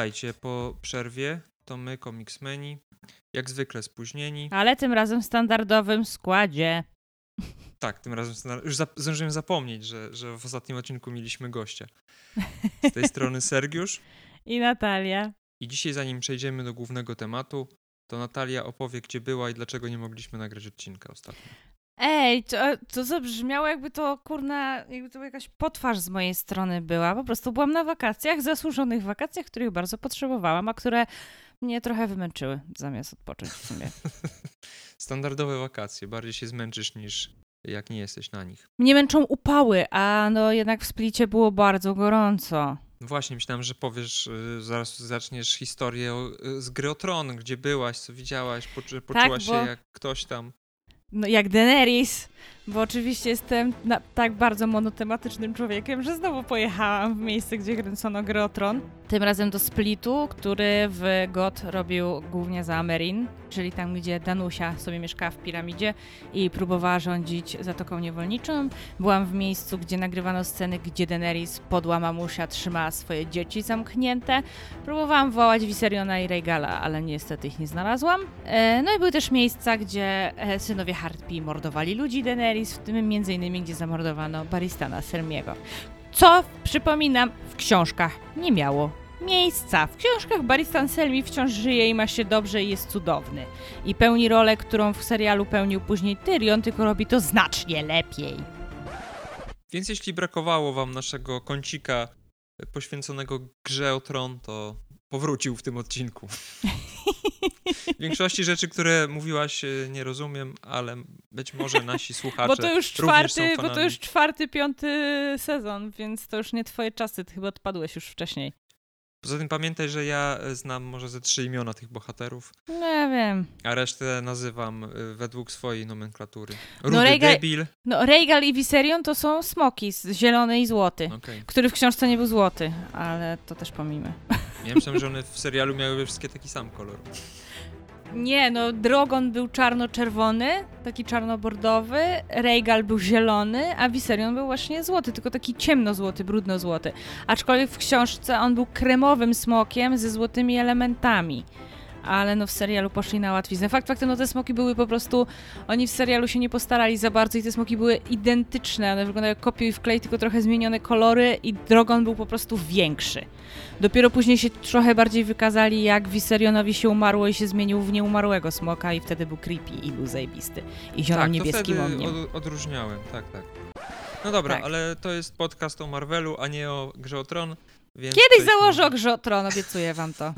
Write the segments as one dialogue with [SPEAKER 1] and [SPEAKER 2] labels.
[SPEAKER 1] Witajcie po przerwie, to my, Komiksmeni, jak zwykle spóźnieni.
[SPEAKER 2] Ale tym razem w standardowym składzie.
[SPEAKER 1] Tak, tym razem już zdążyłem zapomnieć, że w ostatnim odcinku mieliśmy gościa. Z tej strony Sergiusz.
[SPEAKER 2] I Natalia.
[SPEAKER 1] I dzisiaj, zanim przejdziemy do głównego tematu, to Natalia opowie, gdzie była i dlaczego nie mogliśmy nagrać odcinka ostatnio.
[SPEAKER 2] Ej, to zabrzmiało jakby to, jakby to jakaś potwarz z mojej strony była. Po prostu byłam na wakacjach, zasłużonych wakacjach, których bardzo potrzebowałam, a które mnie trochę wymęczyły, zamiast odpocząć w sumie.
[SPEAKER 1] Standardowe wakacje, bardziej się zmęczysz niż jak nie jesteś na nich.
[SPEAKER 2] Mnie męczą upały, a no jednak w Splicie było bardzo gorąco.
[SPEAKER 1] Właśnie, myślałem, że powiesz, zaraz zaczniesz historię z Gry o Tron, gdzie byłaś, co widziałaś, poczułaś się jak ktoś tam.
[SPEAKER 2] No jak Daenerys, bo oczywiście jestem tak bardzo monotematycznym człowiekiem, że znowu pojechałam w miejsce, gdzie kręcono Grę o Tron. Tym razem do Splitu, który w GOT robił głównie za Meereen, czyli tam, gdzie Danusia sobie mieszkała w piramidzie i próbowała rządzić Zatoką Niewolniczą. Byłam w miejscu, gdzie nagrywano sceny, gdzie Daenerys, podła mamusia, trzymała swoje dzieci zamknięte. Próbowałam wołać Viseriona i Rhaegala, ale niestety ich nie znalazłam. No i były też miejsca, gdzie synowie Harpii mordowali ludzi Daenerys, w tym m.in. gdzie zamordowano Barristana Selmiego. Co, przypominam, w książkach nie miało miejsca. W książkach Barristan Selmy wciąż żyje i ma się dobrze i jest cudowny. I pełni rolę, którą w serialu pełnił później Tyrion, tylko robi to znacznie lepiej.
[SPEAKER 1] Więc jeśli brakowało wam naszego kącika poświęconego Grze o Tron, to powrócił w tym odcinku. W większości rzeczy, które mówiłaś, nie rozumiem, ale być może nasi słuchacze
[SPEAKER 2] bo to już
[SPEAKER 1] również są fanami.
[SPEAKER 2] Bo to już 4., 5. sezon, więc to już nie twoje czasy, ty chyba odpadłeś już wcześniej.
[SPEAKER 1] Poza tym pamiętaj, że ja znam może ze 3 imiona tych bohaterów.
[SPEAKER 2] No ja wiem.
[SPEAKER 1] A resztę nazywam według swojej nomenklatury. Rudy debil.
[SPEAKER 2] No Rhaegal i Viserion to są smoki, zielony i złoty,
[SPEAKER 1] Okay.
[SPEAKER 2] który w książce nie był złoty, ale to też pomijmy.
[SPEAKER 1] Ja myślałem, że one w serialu miały wszystkie taki sam kolor.
[SPEAKER 2] Nie, no Drogon był czarno-czerwony, taki czarno-bordowy, Rhaegal był zielony, a Viserion był właśnie złoty, tylko taki ciemno-złoty, brudno-złoty. Aczkolwiek w książce on był kremowym smokiem ze złotymi elementami. Ale no w serialu poszli na łatwiznę. Faktem, no te smoki były po prostu, oni w serialu się nie postarali za bardzo i te smoki były identyczne. One wyglądały jak kopiuj i wklej, tylko trochę zmienione kolory i Drogon był po prostu większy. Dopiero później się trochę bardziej wykazali, jak Viserionowi się umarło i się zmienił w nieumarłego smoka i wtedy był creepy i był zajebisty. I zielono-niebieskim
[SPEAKER 1] ogniem. Tak, to wtedy odróżniałem, tak. No dobra,
[SPEAKER 2] tak.
[SPEAKER 1] Ale to jest podcast o Marvelu, a nie o Grze o Tron. Więc
[SPEAKER 2] Kiedyś założę o Grze o Tron, obiecuję wam to.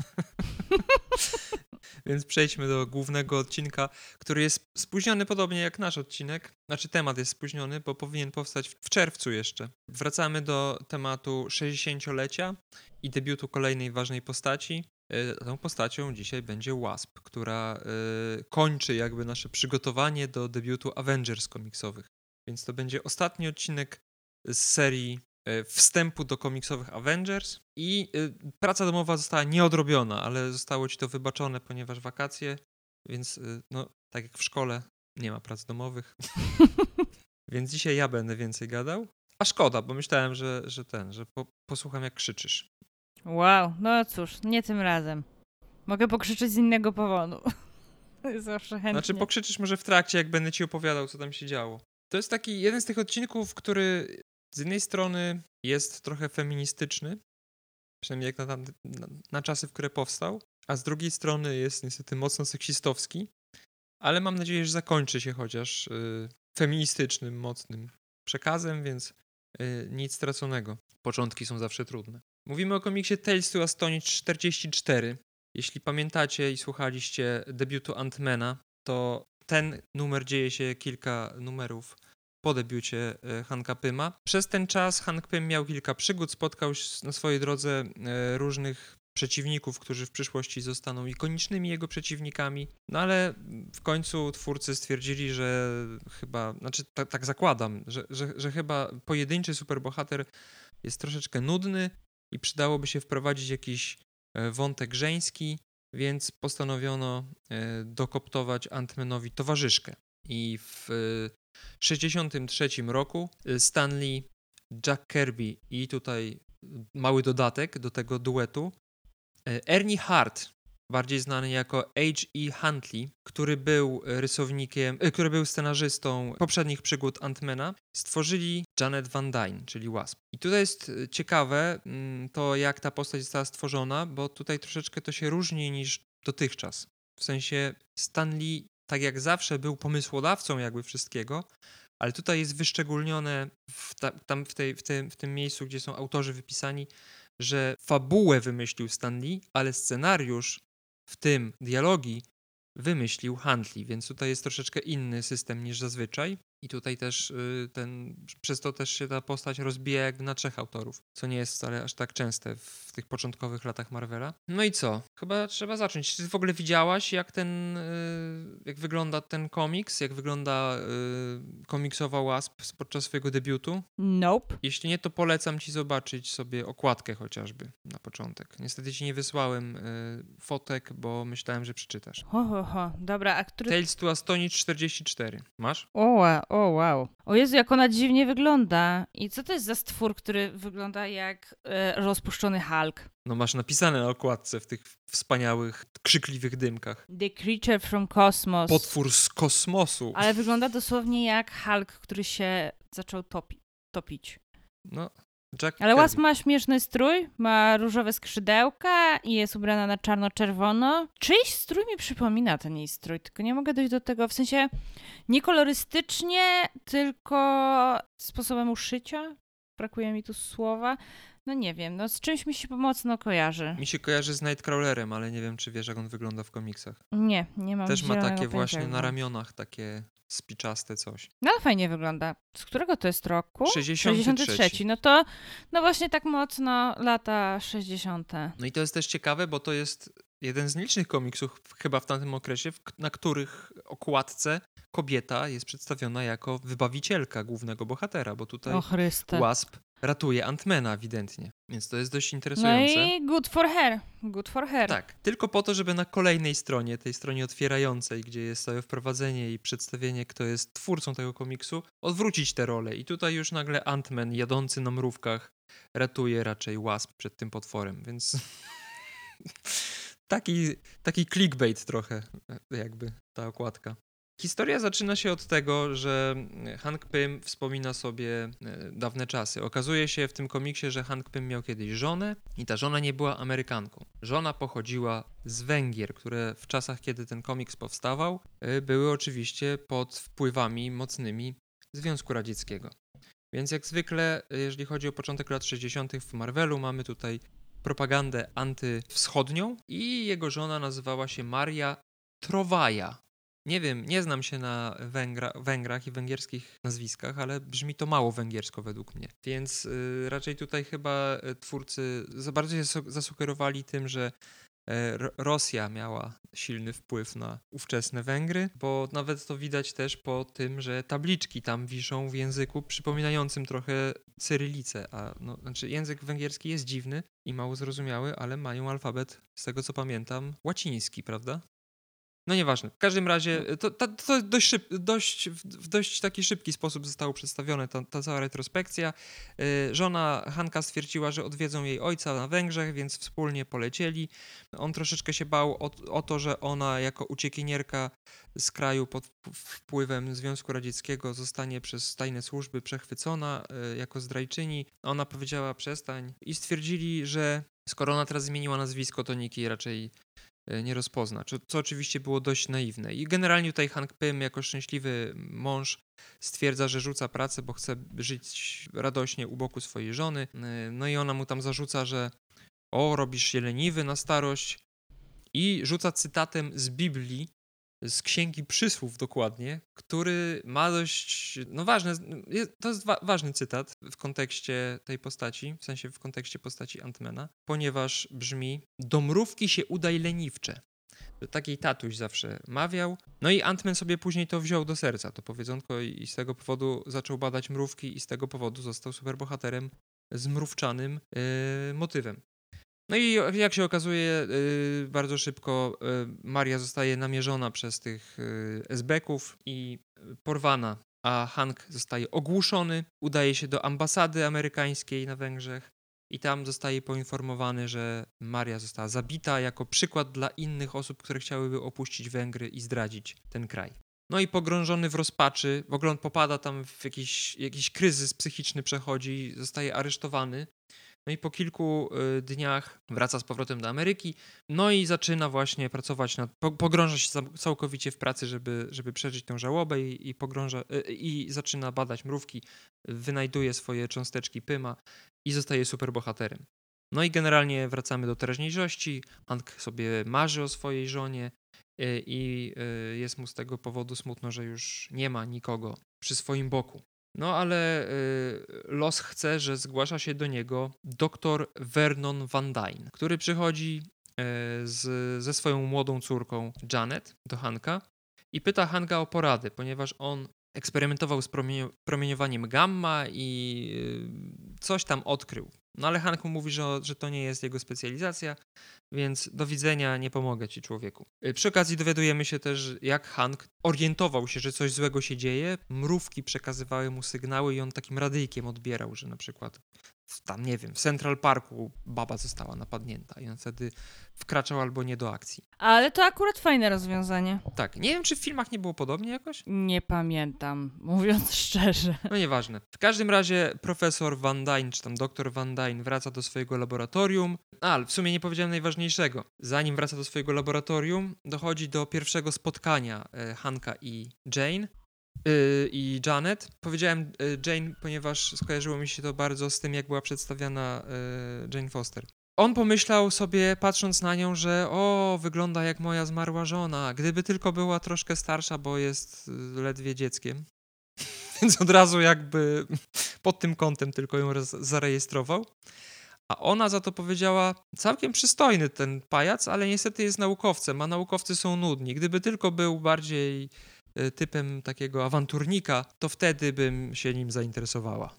[SPEAKER 1] Więc przejdźmy do głównego odcinka, który jest spóźniony podobnie jak nasz odcinek. Znaczy temat jest spóźniony, bo powinien powstać w czerwcu jeszcze. Wracamy do tematu 60-lecia i debiutu kolejnej ważnej postaci. Tą postacią dzisiaj będzie Wasp, która kończy jakby nasze przygotowanie do debiutu Avengers komiksowych. Więc to będzie ostatni odcinek z serii wstępu do komiksowych Avengers i praca domowa została nieodrobiona, ale zostało ci to wybaczone, ponieważ wakacje, więc no tak jak w szkole nie ma prac domowych. Więc dzisiaj ja będę więcej gadał. A szkoda, bo myślałem, że posłucham jak krzyczysz.
[SPEAKER 2] Wow, no cóż, nie tym razem. Mogę pokrzyczeć z innego powodu. Zawsze chętnie.
[SPEAKER 1] Znaczy pokrzyczysz może w trakcie, jak będę ci opowiadał, co tam się działo. To jest taki jeden z tych odcinków, który z jednej strony jest trochę feministyczny, przynajmniej jak na czasy, w które powstał, a z drugiej strony jest niestety mocno seksistowski, ale mam nadzieję, że zakończy się chociaż feministycznym, mocnym przekazem, więc nic straconego. Początki są zawsze trudne. Mówimy o komiksie Tales to Astonish 44. Jeśli pamiętacie i słuchaliście debiutu Ant-Mana, to ten numer dzieje się kilka numerów po debiucie Hanka Pyma. Przez ten czas Hank Pym miał kilka przygód, spotkał na swojej drodze różnych przeciwników, którzy w przyszłości zostaną ikonicznymi jego przeciwnikami, no ale w końcu twórcy stwierdzili, że chyba, znaczy tak zakładam, że chyba pojedynczy superbohater jest troszeczkę nudny i przydałoby się wprowadzić jakiś wątek żeński, więc postanowiono dokoptować Ant-Manowi towarzyszkę. I w 1963 roku Stan Lee, Jack Kirby i tutaj mały dodatek do tego duetu Ernie Hart, bardziej znany jako H.E. Huntley, który był rysownikiem, który był scenarzystą poprzednich przygód Ant-Mana, stworzyli Janet Van Dyne, czyli Wasp. I tutaj jest ciekawe to, jak ta postać została stworzona, bo tutaj troszeczkę to się różni niż dotychczas. W sensie Stan Lee, tak jak zawsze, był pomysłodawcą jakby wszystkiego, ale tutaj jest wyszczególnione w tym miejscu, gdzie są autorzy wypisani, że fabułę wymyślił Stan Lee, ale scenariusz, w tym dialogi, wymyślił Huntley, więc tutaj jest troszeczkę inny system niż zazwyczaj i tutaj też przez to też się ta postać rozbija jakby na 3 autorów, co nie jest wcale aż tak częste w tych początkowych latach Marvela. No i co? Chyba trzeba zacząć. Czy ty w ogóle widziałaś, jak wygląda ten komiks, jak wygląda komiksowa Wasp podczas swojego debiutu?
[SPEAKER 2] Nope.
[SPEAKER 1] Jeśli nie, to polecam ci zobaczyć sobie okładkę chociażby na początek. Niestety ci nie wysłałem fotek, bo myślałem, że przeczytasz.
[SPEAKER 2] Dobra, a który...
[SPEAKER 1] Tales to Astonish 44. Masz?
[SPEAKER 2] O, wow. O Jezu, jak ona dziwnie wygląda. I co to jest za stwór, który wygląda jak rozpuszczony Hulk?
[SPEAKER 1] No masz napisane na okładce w tych wspaniałych, krzykliwych dymkach.
[SPEAKER 2] The Creature from Cosmos.
[SPEAKER 1] Potwór z kosmosu.
[SPEAKER 2] Ale wygląda dosłownie jak Hulk, który się zaczął topić.
[SPEAKER 1] No, Jack
[SPEAKER 2] Ale
[SPEAKER 1] Kirby.
[SPEAKER 2] Wasp ma śmieszny strój, ma różowe skrzydełka i jest ubrana na czarno-czerwono. Czyjś strój mi przypomina ten jej strój, tylko nie mogę dojść do tego, w sensie nie kolorystycznie, tylko sposobem uszycia. Brakuje mi tu słowa. No nie wiem, no z czymś mi się mocno kojarzy.
[SPEAKER 1] Mi się kojarzy z Nightcrawlerem, ale nie wiem, czy wiesz, jak on wygląda w komiksach.
[SPEAKER 2] Nie mam
[SPEAKER 1] Też ma
[SPEAKER 2] zielonego
[SPEAKER 1] takie
[SPEAKER 2] pojęcia,
[SPEAKER 1] właśnie
[SPEAKER 2] jak
[SPEAKER 1] na
[SPEAKER 2] wygląda.
[SPEAKER 1] ramionach, takie spiczaste coś.
[SPEAKER 2] No ale fajnie wygląda. Z którego to jest roku?
[SPEAKER 1] 63.
[SPEAKER 2] No to, no właśnie tak mocno lata 60.
[SPEAKER 1] No i to jest też ciekawe, bo to jest jeden z nielicznych komiksów chyba w tamtym okresie, na których okładce kobieta jest przedstawiona jako wybawicielka głównego bohatera, bo tutaj
[SPEAKER 2] O Chryste.
[SPEAKER 1] Wasp ratuje Ant-Mana ewidentnie, więc to jest dość
[SPEAKER 2] No
[SPEAKER 1] interesujące.
[SPEAKER 2] i good for her. Good for her.
[SPEAKER 1] Tak, tylko po to, żeby na kolejnej stronie, tej stronie otwierającej, gdzie jest całe wprowadzenie i przedstawienie, kto jest twórcą tego komiksu, odwrócić tę rolę. I tutaj już nagle Ant-Man jadący na mrówkach ratuje raczej Wasp przed tym potworem, więc taki clickbait trochę jakby ta okładka. Historia zaczyna się od tego, że Hank Pym wspomina sobie dawne czasy. Okazuje się w tym komiksie, że Hank Pym miał kiedyś żonę i ta żona nie była Amerykanką. Żona pochodziła z Węgier, które w czasach, kiedy ten komiks powstawał, były oczywiście pod wpływami mocnymi Związku Radzieckiego. Więc jak zwykle, jeżeli chodzi o początek lat 60. w Marvelu, mamy tutaj propagandę antywschodnią i jego żona nazywała się Maria Trowaja. Nie wiem, nie znam się na Węgrach i węgierskich nazwiskach, ale brzmi to mało węgiersko według mnie. Więc raczej tutaj chyba twórcy za bardzo się zasugerowali tym, że Rosja miała silny wpływ na ówczesne Węgry, bo nawet to widać też po tym, że tabliczki tam wiszą w języku przypominającym trochę cyrylicę, znaczy język węgierski jest dziwny i mało zrozumiały, ale mają alfabet, z tego co pamiętam, łaciński, prawda? No nieważne. W każdym razie to w dość taki szybki sposób zostało przedstawione ta cała retrospekcja. Żona Hanka stwierdziła, że odwiedzą jej ojca na Węgrzech, więc wspólnie polecieli. On troszeczkę się bał o to, że ona jako uciekinierka z kraju pod wpływem Związku Radzieckiego zostanie przez tajne służby przechwycona jako zdrajczyni. Ona powiedziała przestań i stwierdzili, że skoro ona teraz zmieniła nazwisko, to nikt jej raczej nie rozpozna, co oczywiście było dość naiwne. I generalnie tutaj Hank Pym jako szczęśliwy mąż stwierdza, że rzuca pracę, bo chce żyć radośnie u boku swojej żony. No i ona mu tam zarzuca, że robisz się leniwy na starość i rzuca cytatem z Biblii, z Księgi Przysłów dokładnie, który ma dość, to jest ważny cytat w kontekście tej postaci, w sensie w kontekście postaci Ant-Mana, ponieważ brzmi: do mrówki się udaj leniwcze. Takiej tatuś zawsze mawiał. No i Ant-Man sobie później to wziął do serca, to powiedzonko, i z tego powodu zaczął badać mrówki i z tego powodu został superbohaterem z mrówczanym motywem. No i jak się okazuje, bardzo szybko Maria zostaje namierzona przez tych esbeków i porwana, a Hank zostaje ogłuszony, udaje się do ambasady amerykańskiej na Węgrzech, i tam zostaje poinformowany, że Maria została zabita jako przykład dla innych osób, które chciałyby opuścić Węgry i zdradzić ten kraj. No i pogrążony w rozpaczy, w ogóle on popada tam w jakiś kryzys psychiczny przechodzi, zostaje aresztowany. No i po kilku dniach wraca z powrotem do Ameryki, no i zaczyna właśnie pracować pogrąża się całkowicie w pracy, żeby przeżyć tę żałobę i zaczyna badać mrówki, wynajduje swoje cząsteczki Pyma i zostaje superbohaterem. No i generalnie wracamy do teraźniejszości, Hank sobie marzy o swojej żonie i jest mu z tego powodu smutno, że już nie ma nikogo przy swoim boku. No ale los chce, że zgłasza się do niego dr Vernon Van Dyne, który przychodzi ze swoją młodą córką Janet do Hanka i pyta Hanka o poradę, ponieważ on eksperymentował z promieniowaniem gamma i coś tam odkrył. No ale Hank mu mówi, że to nie jest jego specjalizacja, więc do widzenia, nie pomogę ci, człowieku. Przy okazji dowiadujemy się też, jak Hank orientował się, że coś złego się dzieje. Mrówki przekazywały mu sygnały i on takim radyjkiem odbierał, że na przykład tam, nie wiem, w Central Parku baba została napadnięta i on wtedy wkraczał albo nie do akcji.
[SPEAKER 2] Ale to akurat fajne rozwiązanie.
[SPEAKER 1] Tak, nie wiem, czy w filmach nie było podobnie jakoś?
[SPEAKER 2] Nie pamiętam, mówiąc szczerze.
[SPEAKER 1] No nieważne. W każdym razie profesor Van Dyne, czy tam doktor Van Dyne wraca do swojego laboratorium. Ale w sumie nie powiedziałem najważniejszego. Zanim wraca do swojego laboratorium, dochodzi do pierwszego spotkania Hanka i Jane. I Janet. Powiedziałem Jane, ponieważ skojarzyło mi się to bardzo z tym, jak była przedstawiana Jane Foster. On pomyślał sobie, patrząc na nią, że wygląda jak moja zmarła żona. Gdyby tylko była troszkę starsza, bo jest ledwie dzieckiem. Więc od razu jakby pod tym kątem tylko ją zarejestrował. A ona za to powiedziała, całkiem przystojny ten pajac, ale niestety jest naukowcem, a naukowcy są nudni. Gdyby tylko był bardziej typem takiego awanturnika, to wtedy bym się nim zainteresowała.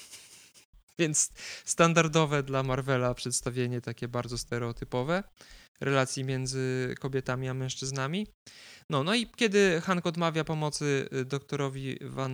[SPEAKER 1] Więc standardowe dla Marvela przedstawienie takie bardzo stereotypowe relacji między kobietami a mężczyznami. No i kiedy Hank odmawia pomocy doktorowi Van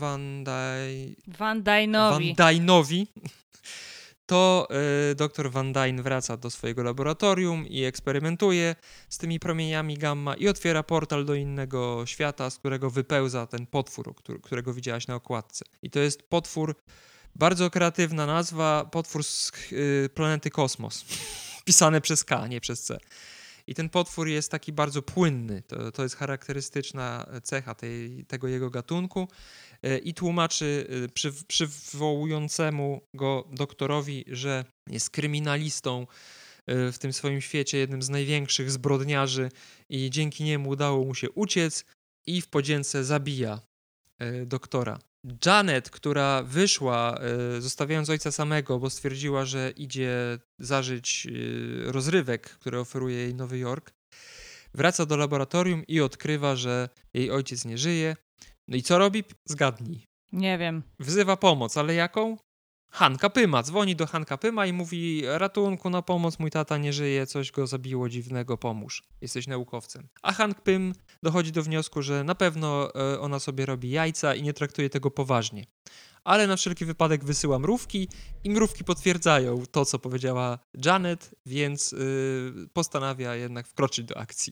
[SPEAKER 1] Dyne'owi, to dr Van Dyne wraca do swojego laboratorium i eksperymentuje z tymi promieniami gamma i otwiera portal do innego świata, z którego wypełza ten potwór, którego widziałaś na okładce. I to jest potwór, bardzo kreatywna nazwa, potwór z planety Kosmos. Pisane przez K, nie przez C. I ten potwór jest taki bardzo płynny. To jest charakterystyczna cecha tego jego gatunku i tłumaczy przywołującemu go doktorowi, że jest kryminalistą w tym swoim świecie, jednym z największych zbrodniarzy i dzięki niemu udało mu się uciec i w podzięce zabija doktora. Janet, która wyszła, zostawiając ojca samego, bo stwierdziła, że idzie zażyć rozrywek, które oferuje jej Nowy Jork, wraca do laboratorium i odkrywa, że jej ojciec nie żyje. No i co robi? Zgadnij.
[SPEAKER 2] Nie wiem.
[SPEAKER 1] Wzywa pomoc, ale jaką? Hanka Pyma. Dzwoni do Hanka Pyma i mówi: ratunku, na pomoc, mój tata nie żyje, coś go zabiło dziwnego, pomóż. Jesteś naukowcem. A Hank Pym dochodzi do wniosku, że na pewno ona sobie robi jajca i nie traktuje tego poważnie. Ale na wszelki wypadek wysyła mrówki i mrówki potwierdzają to, co powiedziała Janet, więc postanawia jednak wkroczyć do akcji.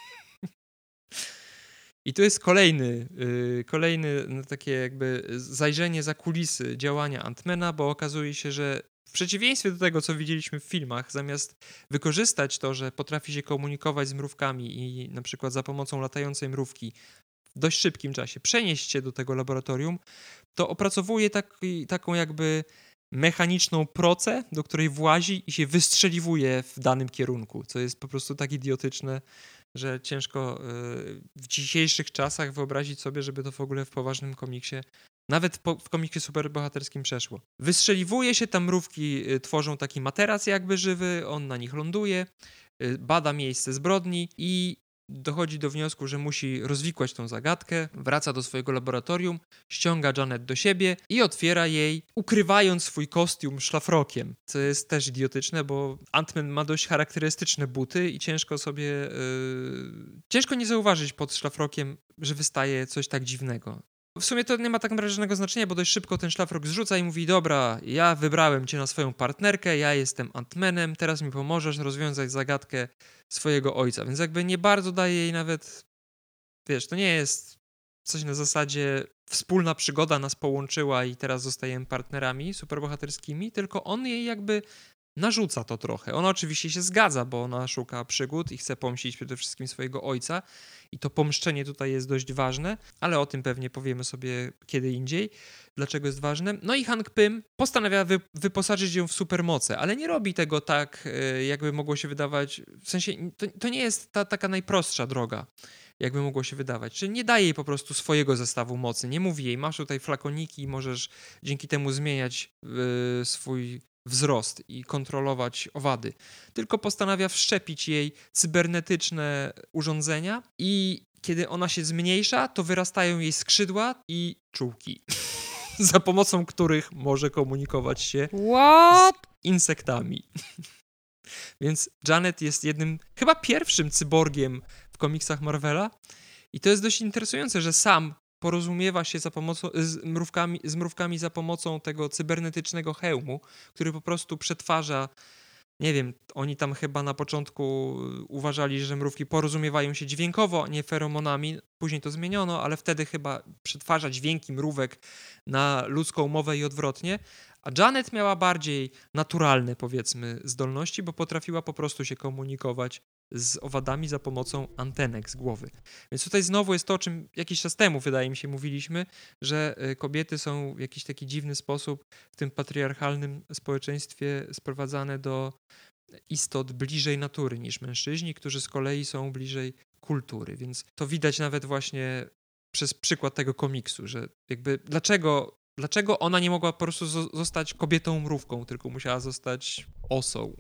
[SPEAKER 1] I to jest kolejny takie jakby zajrzenie za kulisy działania Ant-Mana, bo okazuje się, że w przeciwieństwie do tego, co widzieliśmy w filmach, zamiast wykorzystać to, że potrafi się komunikować z mrówkami i na przykład za pomocą latającej mrówki w dość szybkim czasie przenieść się do tego laboratorium, to opracowuje taką jakby mechaniczną procę, do której włazi i się wystrzeliwuje w danym kierunku, co jest po prostu tak idiotyczne, że ciężko w dzisiejszych czasach wyobrazić sobie, żeby to w ogóle w poważnym komiksie, nawet w komiksie superbohaterskim przeszło. Wystrzeliwuje się, tam mrówki tworzą taki materac jakby żywy, on na nich ląduje, bada miejsce zbrodni i dochodzi do wniosku, że musi rozwikłać tą zagadkę, wraca do swojego laboratorium, ściąga Janet do siebie i otwiera jej, ukrywając swój kostium szlafrokiem, co jest też idiotyczne, bo Ant-Man ma dość charakterystyczne buty i ciężko nie zauważyć pod szlafrokiem, że wystaje coś tak dziwnego. w sumie to nie ma tak naprawdę żadnego znaczenia, bo dość szybko ten szlafrok zrzuca i mówi, dobra, ja wybrałem cię na swoją partnerkę, ja jestem Ant-Manem, teraz mi pomożesz rozwiązać zagadkę swojego ojca. Więc jakby nie bardzo daje jej nawet, wiesz, to nie jest coś na zasadzie wspólna przygoda nas połączyła i teraz zostajemy partnerami superbohaterskimi, tylko on jej jakby narzuca to trochę. Ona oczywiście się zgadza, bo ona szuka przygód i chce pomścić przede wszystkim swojego ojca i to pomszczenie tutaj jest dość ważne, ale o tym pewnie powiemy sobie kiedy indziej, dlaczego jest ważne. No i Hank Pym postanawia wyposażyć ją w supermoce, ale nie robi tego tak, jakby mogło się wydawać, w sensie to nie jest ta taka najprostsza droga, jakby mogło się wydawać. Czyli nie daje jej po prostu swojego zestawu mocy, nie mówi jej, masz tutaj flakoniki i możesz dzięki temu zmieniać swój wzrost i kontrolować owady, tylko postanawia wszczepić jej cybernetyczne urządzenia i kiedy ona się zmniejsza, to wyrastają jej skrzydła i czułki, za pomocą których może komunikować się z insektami. Więc Janet jest jednym, chyba pierwszym cyborgiem w komiksach Marvela i to jest dość interesujące, że sam porozumiewa się z mrówkami za pomocą tego cybernetycznego hełmu, który po prostu przetwarza, nie wiem, oni tam chyba na początku uważali, że mrówki porozumiewają się dźwiękowo, a nie feromonami, później to zmieniono, ale wtedy chyba przetwarza dźwięki mrówek na ludzką mowę i odwrotnie, a Janet miała bardziej naturalne, powiedzmy, zdolności, bo potrafiła po prostu się komunikować z owadami za pomocą antenek z głowy. Więc tutaj znowu jest to, o czym jakiś czas temu, wydaje mi się, mówiliśmy, że kobiety są w jakiś taki dziwny sposób w tym patriarchalnym społeczeństwie sprowadzane do istot bliżej natury niż mężczyźni, którzy z kolei są bliżej kultury. Więc to widać nawet właśnie przez przykład tego komiksu, że jakby dlaczego ona nie mogła po prostu zostać kobietą mrówką, tylko musiała zostać osą.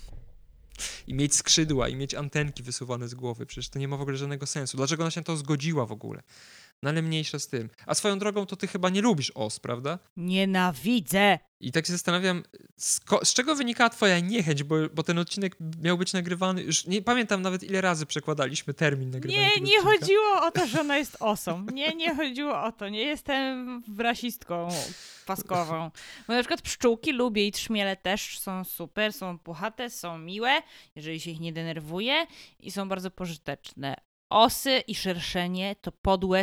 [SPEAKER 1] I mieć skrzydła, i mieć antenki wysuwane z głowy. Przecież to nie ma w ogóle żadnego sensu. Dlaczego ona się na to zgodziła w ogóle? No ale mniejsza z tym. A swoją drogą to ty chyba nie lubisz os, prawda?
[SPEAKER 2] Nienawidzę!
[SPEAKER 1] I tak się zastanawiam, z czego wynikała twoja niechęć, bo ten odcinek miał być nagrywany, już nie pamiętam nawet ile razy przekładaliśmy termin nagrywania tego
[SPEAKER 2] Nie
[SPEAKER 1] odcinka.
[SPEAKER 2] chodziło o to, że ona jest osą. Nie chodziło o to. Nie jestem rasistką paskową. Bo na przykład pszczółki lubię i trzmiele też są super, są puchate, są miłe, jeżeli się ich nie denerwuje i są bardzo pożyteczne. Osy i szerszenie to podłe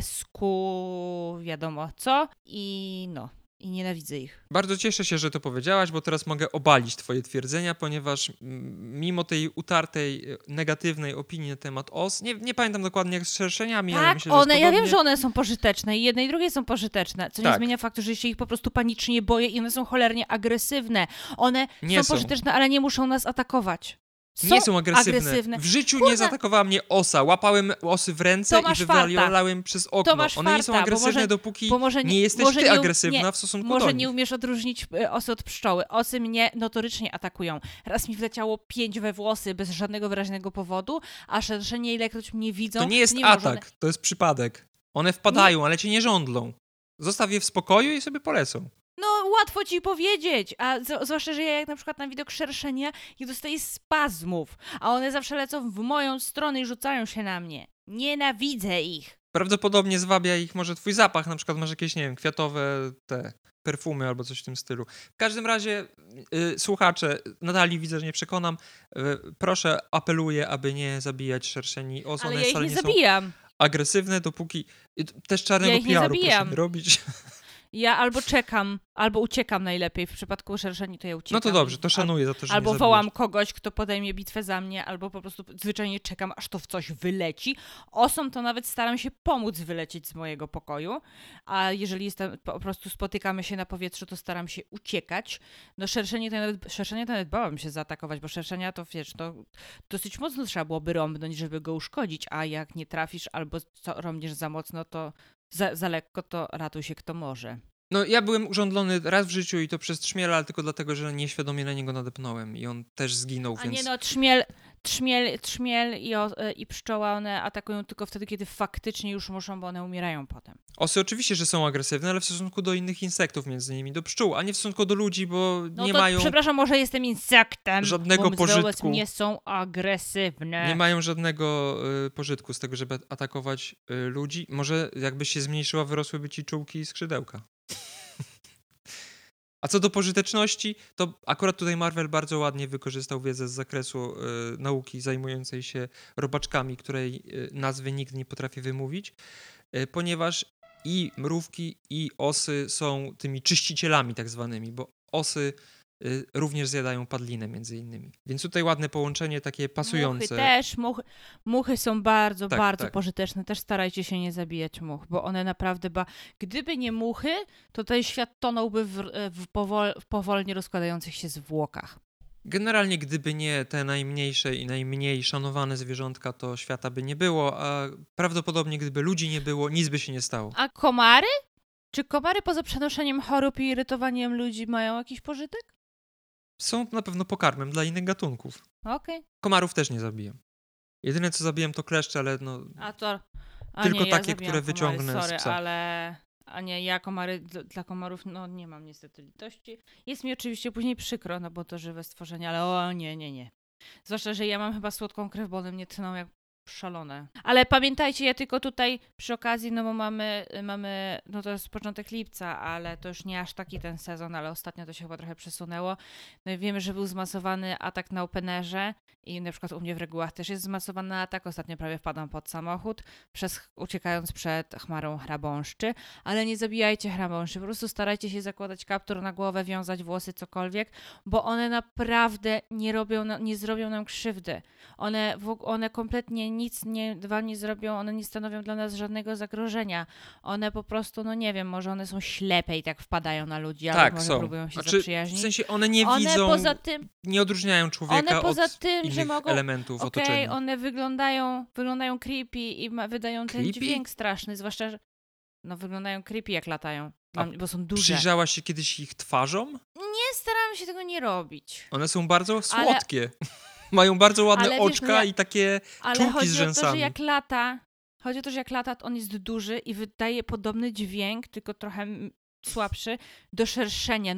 [SPEAKER 2] wiadomo co i nienawidzę ich.
[SPEAKER 1] Bardzo cieszę się, że to powiedziałaś, bo teraz mogę obalić twoje twierdzenia, ponieważ mimo tej utartej, negatywnej opinii na temat os, nie pamiętam dokładnie jak z szerszeniami, ale myślę, że
[SPEAKER 2] one,
[SPEAKER 1] podobnie.
[SPEAKER 2] ja wiem, że one są pożyteczne i jedne i drugie są pożyteczne, co nie
[SPEAKER 1] Tak.
[SPEAKER 2] zmienia faktu, że się ich po prostu panicznie boję i one są cholernie agresywne. One
[SPEAKER 1] Nie
[SPEAKER 2] są pożyteczne, ale nie muszą nas atakować.
[SPEAKER 1] Nie są agresywne. W życiu nie zaatakowała mnie osa. Łapałem osy w ręce i wywalałem przez okno. One nie są agresywne, dopóki nie jesteś ty agresywna w stosunku do nich.
[SPEAKER 2] Może nie umiesz odróżnić osy od pszczoły. Osy mnie notorycznie atakują. Raz mi wleciało 5 we włosy bez żadnego wyraźnego powodu, a szerszenie ilekroć mnie widzą...
[SPEAKER 1] To nie jest atak, to jest przypadek. One wpadają, ale cię nie żądlą. Zostaw je w spokoju i sobie polecą.
[SPEAKER 2] No, łatwo ci powiedzieć, a zwłaszcza, że ja jak na przykład na widok szerszenia ich dostaję spazmów, a one zawsze lecą w moją stronę i rzucają się na mnie. Nienawidzę ich.
[SPEAKER 1] Prawdopodobnie zwabia ich może twój zapach, na przykład masz jakieś, nie wiem, kwiatowe perfumy albo coś w tym stylu. W każdym razie, słuchacze, Natalii widzę, że nie przekonam, proszę, apeluję, aby nie zabijać szerszeni os.
[SPEAKER 2] Ale
[SPEAKER 1] one
[SPEAKER 2] ja ich nie
[SPEAKER 1] są
[SPEAKER 2] zabijam.
[SPEAKER 1] Agresywne, dopóki... Też czarnego PR-u proszę nie robić.
[SPEAKER 2] Ja albo czekam, albo uciekam najlepiej. W przypadku szerszeni to ja uciekam.
[SPEAKER 1] No to dobrze, to szanuję za to, że
[SPEAKER 2] albo
[SPEAKER 1] nie
[SPEAKER 2] wołam kogoś, kto podejmie bitwę za mnie, albo po prostu zwyczajnie czekam, aż to w coś wyleci. Osom to nawet staram się pomóc wylecieć z mojego pokoju, a jeżeli po prostu spotykamy się na powietrzu, to staram się uciekać. No szerszenie to nawet bałam się zaatakować, bo szerszenia to, wiesz, to dosyć mocno trzeba byłoby rąbnąć, żeby go uszkodzić, a jak nie trafisz albo rąbniesz za mocno, to za lekko, to ratuj się kto może.
[SPEAKER 1] No ja byłem urządlony raz w życiu i to przez trzmiela, ale tylko dlatego, że nieświadomie na niego nadepnąłem i on też zginął,
[SPEAKER 2] A
[SPEAKER 1] więc...
[SPEAKER 2] nie Trzmiel i pszczoła, one atakują tylko wtedy, kiedy faktycznie już muszą, bo one umierają potem.
[SPEAKER 1] Osy oczywiście, że są agresywne, ale w stosunku do innych insektów, między innymi do pszczół, a nie w stosunku do ludzi, bo
[SPEAKER 2] No
[SPEAKER 1] nie
[SPEAKER 2] to
[SPEAKER 1] mają
[SPEAKER 2] przepraszam, może jestem insektem,
[SPEAKER 1] żadnego
[SPEAKER 2] bo
[SPEAKER 1] pożytku.
[SPEAKER 2] nie są agresywne.
[SPEAKER 1] Nie mają żadnego pożytku z tego, żeby atakować ludzi. Może jakbyś się zmniejszyła, wyrosłyby ci czułki i skrzydełka. A co do pożyteczności, to akurat tutaj Marvel bardzo ładnie wykorzystał wiedzę z zakresu nauki zajmującej się robaczkami, której nazwy nigdy nie potrafię wymówić, ponieważ i mrówki, i osy są tymi czyścicielami tak zwanymi, bo osy również zjadają padlinę między innymi. Więc tutaj ładne połączenie, takie pasujące.
[SPEAKER 2] Muchy też, muchy są bardzo,
[SPEAKER 1] Tak,
[SPEAKER 2] bardzo
[SPEAKER 1] tak.
[SPEAKER 2] pożyteczne. Też starajcie się nie zabijać much, bo one naprawdę, gdyby nie muchy, to ten świat tonąłby w powolnie rozkładających się zwłokach.
[SPEAKER 1] Generalnie, gdyby nie te najmniejsze i najmniej szanowane zwierzątka, to świata by nie było, a prawdopodobnie gdyby ludzi nie było, nic by się nie stało.
[SPEAKER 2] A komary? Czy komary poza przenoszeniem chorób i irytowaniem ludzi mają jakiś pożytek?
[SPEAKER 1] Są na pewno pokarmem dla innych gatunków.
[SPEAKER 2] Okej.
[SPEAKER 1] Komarów też nie zabijam. Jedyne co zabiłem to kleszcze, ale no...
[SPEAKER 2] Tylko
[SPEAKER 1] takie, które wyciągnę
[SPEAKER 2] komary, sorry,
[SPEAKER 1] z psa.
[SPEAKER 2] ale... A nie, ja dla komarów, no nie mam niestety litości. Jest mi oczywiście później przykro, no bo to żywe stworzenia, ale o nie. Zwłaszcza, że ja mam chyba słodką krew, bo one mnie tną jak szalone. Ale pamiętajcie, ja tylko tutaj przy okazji, no bo mamy, no to jest początek lipca, ale to już nie aż taki ten sezon, ale ostatnio to się chyba trochę przesunęło. No i wiemy, że był zmasowany atak na openerze i na przykład u mnie w regułach też jest zmasowany atak. Ostatnio prawie wpadłam pod samochód, uciekając przed chmarą chrabąszczy, ale nie zabijajcie chrabąszczy, po prostu starajcie się zakładać kaptur na głowę, wiązać włosy, cokolwiek, bo one naprawdę nie zrobią nam krzywdy. One kompletnie nic nie zrobią, one nie stanowią dla nas żadnego zagrożenia. One po prostu, no nie wiem, może one są ślepe i tak wpadają na ludzi,
[SPEAKER 1] Tak,
[SPEAKER 2] albo może
[SPEAKER 1] są.
[SPEAKER 2] próbują się
[SPEAKER 1] Znaczy,
[SPEAKER 2] zaprzyjaźnić.
[SPEAKER 1] w sensie one nie widzą,
[SPEAKER 2] poza tym,
[SPEAKER 1] nie odróżniają człowieka od
[SPEAKER 2] że
[SPEAKER 1] innych
[SPEAKER 2] mogą,
[SPEAKER 1] elementów otoczenia.
[SPEAKER 2] one wyglądają creepy i wydają ten
[SPEAKER 1] Creepy?
[SPEAKER 2] dźwięk straszny, zwłaszcza, że wyglądają creepy jak latają,
[SPEAKER 1] A
[SPEAKER 2] bo są duże.
[SPEAKER 1] Przyjrzałaś się kiedyś ich twarzą?
[SPEAKER 2] Nie staramy się tego nie robić.
[SPEAKER 1] One są bardzo słodkie. Mają bardzo ładne
[SPEAKER 2] Ale wiesz,
[SPEAKER 1] oczka i takie czółki
[SPEAKER 2] chodzi
[SPEAKER 1] z
[SPEAKER 2] o to, że
[SPEAKER 1] rzęsami.
[SPEAKER 2] Chodzi o to, że jak lata, to on jest duży i wydaje podobny dźwięk, tylko trochę słabszy, do szerszenia.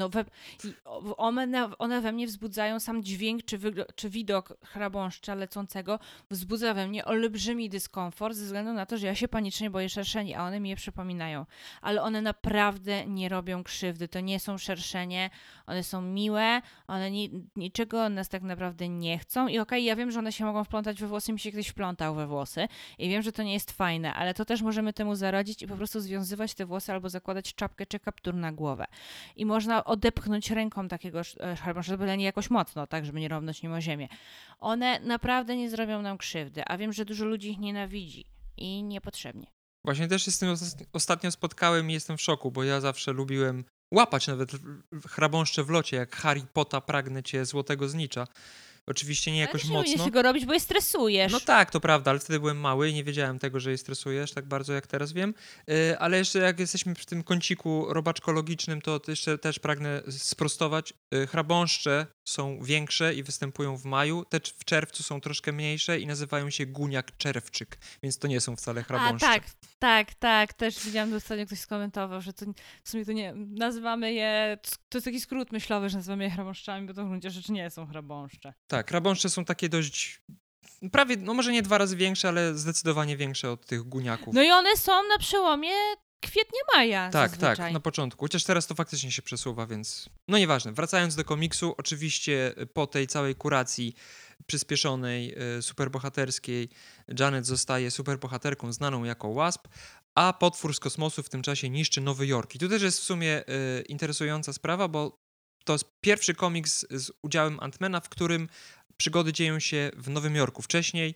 [SPEAKER 2] One we mnie wzbudzają sam dźwięk czy widok chrabąszcza lecącego wzbudza we mnie olbrzymi dyskomfort ze względu na to, że ja się panicznie boję szerszeni, a one mi je przypominają. Ale one naprawdę nie robią krzywdy. To nie są szerszenie, one są miłe, one niczego od nas tak naprawdę nie chcą i okej, ja wiem, że one się mogą wplątać we włosy, mi się kiedyś wplątał we włosy i wiem, że to nie jest fajne, ale to też możemy temu zaradzić i po prostu związywać te włosy albo zakładać czapkę czy kaptur na głowę. I można odepchnąć ręką takiego chrabąszcza, byle nie jakoś mocno, tak, żeby nie równać nim o ziemię. One naprawdę nie zrobią nam krzywdy, a wiem, że dużo ludzi ich nienawidzi i niepotrzebnie.
[SPEAKER 1] Właśnie też się z tym ostatnio spotkałem i jestem w szoku, bo ja zawsze lubiłem łapać nawet chrabąszcze w locie, jak Harry Potter pragnę cię złotego znicza. Oczywiście nie jakoś
[SPEAKER 2] mocno. Ale
[SPEAKER 1] mocno.
[SPEAKER 2] nie tego robić, bo je stresujesz.
[SPEAKER 1] No tak, to prawda, ale wtedy byłem mały i nie wiedziałem tego, że je stresujesz tak bardzo, jak teraz wiem. Ale jeszcze jak jesteśmy przy tym kąciku robaczkologicznym, to jeszcze też pragnę sprostować. Chrabąszcze są większe i występują w maju. Te w czerwcu są troszkę mniejsze i nazywają się guniak czerwczyk, więc to nie są wcale chrabąszcze.
[SPEAKER 2] Tak. Też widziałam, ostatnio ktoś skomentował, że to w sumie to nie, nazywamy je, to jest taki skrót myślowy, że nazywamy je chrabąszczami, bo to w gruncie rzeczy nie są chrabąszcze.
[SPEAKER 1] Tak, chrabąszcze są takie dość, prawie, no może nie 2 razy większe, ale zdecydowanie większe od tych guniaków.
[SPEAKER 2] No i one są na przełomie kwietnia-maja zazwyczaj.
[SPEAKER 1] Tak, na początku. Chociaż teraz to faktycznie się przesuwa, więc... No nieważne. Wracając do komiksu, oczywiście po tej całej kuracji przyspieszonej, superbohaterskiej, Janet zostaje superbohaterką znaną jako Wasp, a potwór z kosmosu w tym czasie niszczy Nowy Jork. I tu też jest w sumie interesująca sprawa, bo to jest pierwszy komiks z udziałem Ant-Mana, w którym przygody dzieją się w Nowym Jorku. Wcześniej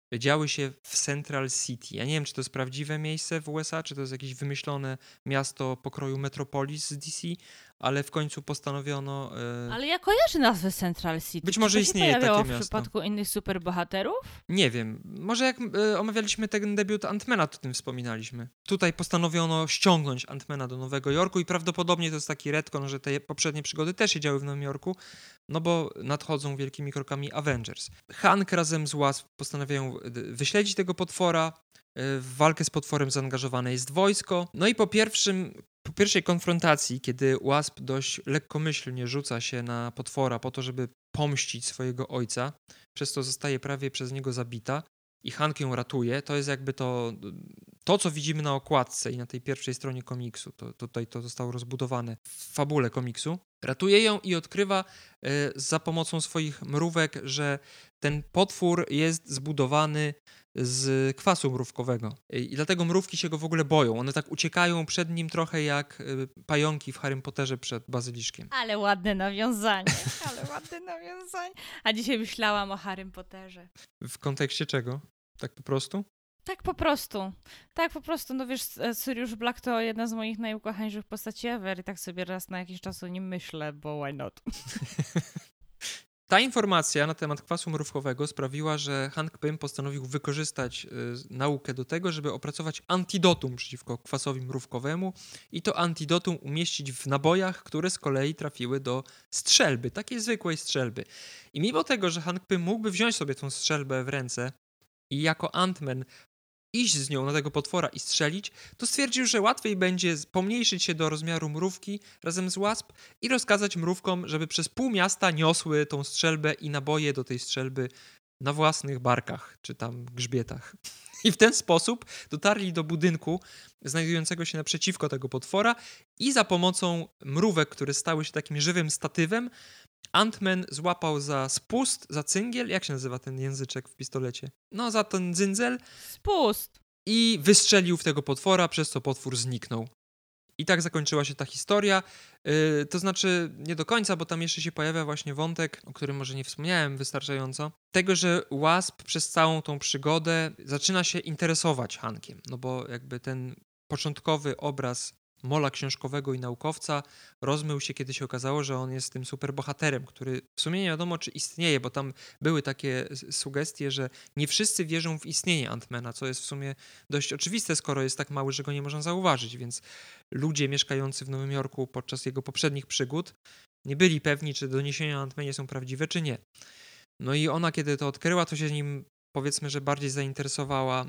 [SPEAKER 1] działy się w Central City. Ja nie wiem, czy to jest prawdziwe miejsce w USA, czy to jest jakieś wymyślone miasto pokroju Metropolis z DC, ale w końcu postanowiono...
[SPEAKER 2] Ale ja kojarzę nazwę Central City.
[SPEAKER 1] Być może
[SPEAKER 2] Czy to się
[SPEAKER 1] istnieje
[SPEAKER 2] pojawiało
[SPEAKER 1] takie
[SPEAKER 2] w
[SPEAKER 1] miasto.
[SPEAKER 2] przypadku innych superbohaterów?
[SPEAKER 1] Nie wiem. Może jak omawialiśmy ten debiut Ant-Mana, to o tym wspominaliśmy. Tutaj postanowiono ściągnąć Ant-Mana do Nowego Jorku i prawdopodobnie to jest taki retcon, że te poprzednie przygody też się działy w Nowym Jorku, no bo nadchodzą wielkimi krokami Avengers. Hank razem z Wasp postanawiają wyśledzić tego potwora. W walkę z potworem zaangażowane jest wojsko. No i po pierwszej konfrontacji, kiedy Wasp dość lekkomyślnie rzuca się na potwora po to, żeby pomścić swojego ojca, przez to zostaje prawie przez niego zabita i Hank ją ratuje, to jest jakby to, co widzimy na okładce i na tej pierwszej stronie komiksu. Tutaj to zostało rozbudowane w fabule komiksu. Ratuje ją i odkrywa za pomocą swoich mrówek, że ten potwór jest zbudowany z kwasu mrówkowego. I dlatego mrówki się go w ogóle boją. One tak uciekają przed nim trochę jak pająki w Harrym Potterze przed bazyliszkiem.
[SPEAKER 2] Ale ładne nawiązanie. A dzisiaj myślałam o Harrym Potterze.
[SPEAKER 1] W kontekście czego? Tak po prostu?
[SPEAKER 2] Tak po prostu. No wiesz, Sirius Black to jedna z moich najukochańszych postaci ever i tak sobie raz na jakiś czas o nim myślę, bo why not?
[SPEAKER 1] Ta informacja na temat kwasu mrówkowego sprawiła, że Hank Pym postanowił wykorzystać naukę do tego, żeby opracować antidotum przeciwko kwasowi mrówkowemu i to antidotum umieścić w nabojach, które z kolei trafiły do strzelby, takiej zwykłej strzelby. I mimo tego, że Hank Pym mógłby wziąć sobie tą strzelbę w ręce i jako Ant-Man iść z nią na tego potwora i strzelić, to stwierdził, że łatwiej będzie pomniejszyć się do rozmiaru mrówki razem z Wasp i rozkazać mrówkom, żeby przez pół miasta niosły tą strzelbę i naboje do tej strzelby na własnych barkach, czy tam grzbietach. I w ten sposób dotarli do budynku znajdującego się naprzeciwko tego potwora i za pomocą mrówek, które stały się takim żywym statywem, Ant-Man złapał za spust, za cyngiel, jak się nazywa ten języczek w pistolecie? No, za ten dzyndzel.
[SPEAKER 2] Spust.
[SPEAKER 1] I wystrzelił w tego potwora, przez co potwór zniknął. I tak zakończyła się ta historia. To znaczy nie do końca, bo tam jeszcze się pojawia właśnie wątek, o którym może nie wspomniałem wystarczająco, tego, że Wasp przez całą tą przygodę zaczyna się interesować Hankiem, no bo jakby ten początkowy obraz mola książkowego i naukowca rozmył się, kiedy się okazało, że on jest tym superbohaterem, który w sumie nie wiadomo, czy istnieje, bo tam były takie sugestie, że nie wszyscy wierzą w istnienie Ant-Mana, co jest w sumie dość oczywiste, skoro jest tak mały, że go nie można zauważyć, więc ludzie mieszkający w Nowym Jorku podczas jego poprzednich przygód nie byli pewni, czy doniesienia o Ant-Manie są prawdziwe, czy nie. No i ona, kiedy to odkryła, to się nim, powiedzmy, że bardziej zainteresowała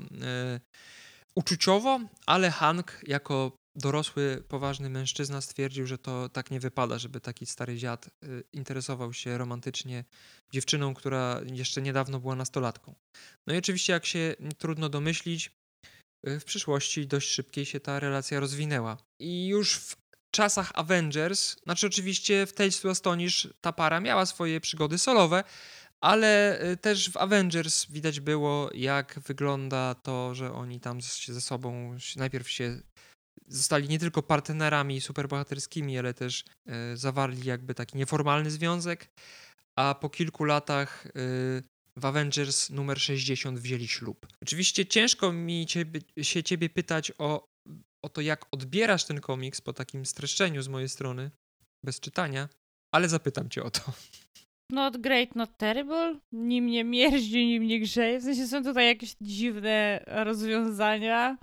[SPEAKER 1] uczuciowo, ale Hank jako dorosły, poważny mężczyzna stwierdził, że to tak nie wypada, żeby taki stary dziad interesował się romantycznie dziewczyną, która jeszcze niedawno była nastolatką. No i oczywiście, jak się trudno domyślić, w przyszłości dość szybkiej się ta relacja rozwinęła. I już w czasach Avengers, znaczy oczywiście w Tales to Astonish ta para miała swoje przygody solowe, ale też w Avengers widać było, jak wygląda to, że oni tam ze sobą najpierw się zostali nie tylko partnerami superbohaterskimi, ale też zawarli jakby taki nieformalny związek, a po kilku latach w Avengers numer 60 wzięli ślub. Oczywiście ciężko mi ciebie pytać o to, jak odbierasz ten komiks po takim streszczeniu z mojej strony, bez czytania, ale zapytam cię o to.
[SPEAKER 2] Not great, not terrible. Nim nie mierzi, nim nie grzeje. W sensie są tutaj jakieś dziwne rozwiązania,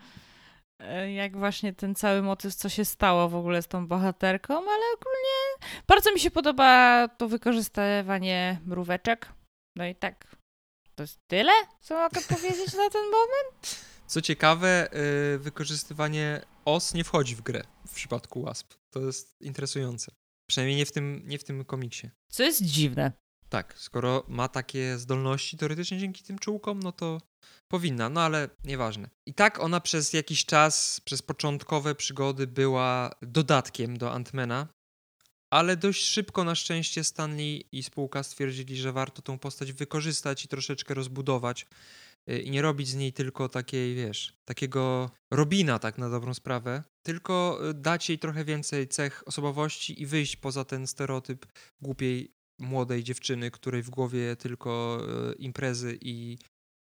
[SPEAKER 2] jak właśnie ten cały motyw, co się stało w ogóle z tą bohaterką, ale ogólnie bardzo mi się podoba to wykorzystywanie mróweczek. No i tak, to jest tyle, co mogę powiedzieć na ten moment.
[SPEAKER 1] Co ciekawe, wykorzystywanie os nie wchodzi w grę w przypadku Wasp. To jest interesujące. Przynajmniej nie w tym komiksie.
[SPEAKER 2] Co jest dziwne.
[SPEAKER 1] Tak, skoro ma takie zdolności teoretycznie dzięki tym czułkom, no to powinna, no ale nieważne. I tak ona przez jakiś czas, przez początkowe przygody była dodatkiem do Ant-Mana, ale dość szybko na szczęście Stan Lee i spółka stwierdzili, że warto tą postać wykorzystać i troszeczkę rozbudować i nie robić z niej tylko takiej, wiesz, takiego Robina tak na dobrą sprawę, tylko dać jej trochę więcej cech osobowości i wyjść poza ten stereotyp głupiej młodej dziewczyny, której w głowie tylko imprezy i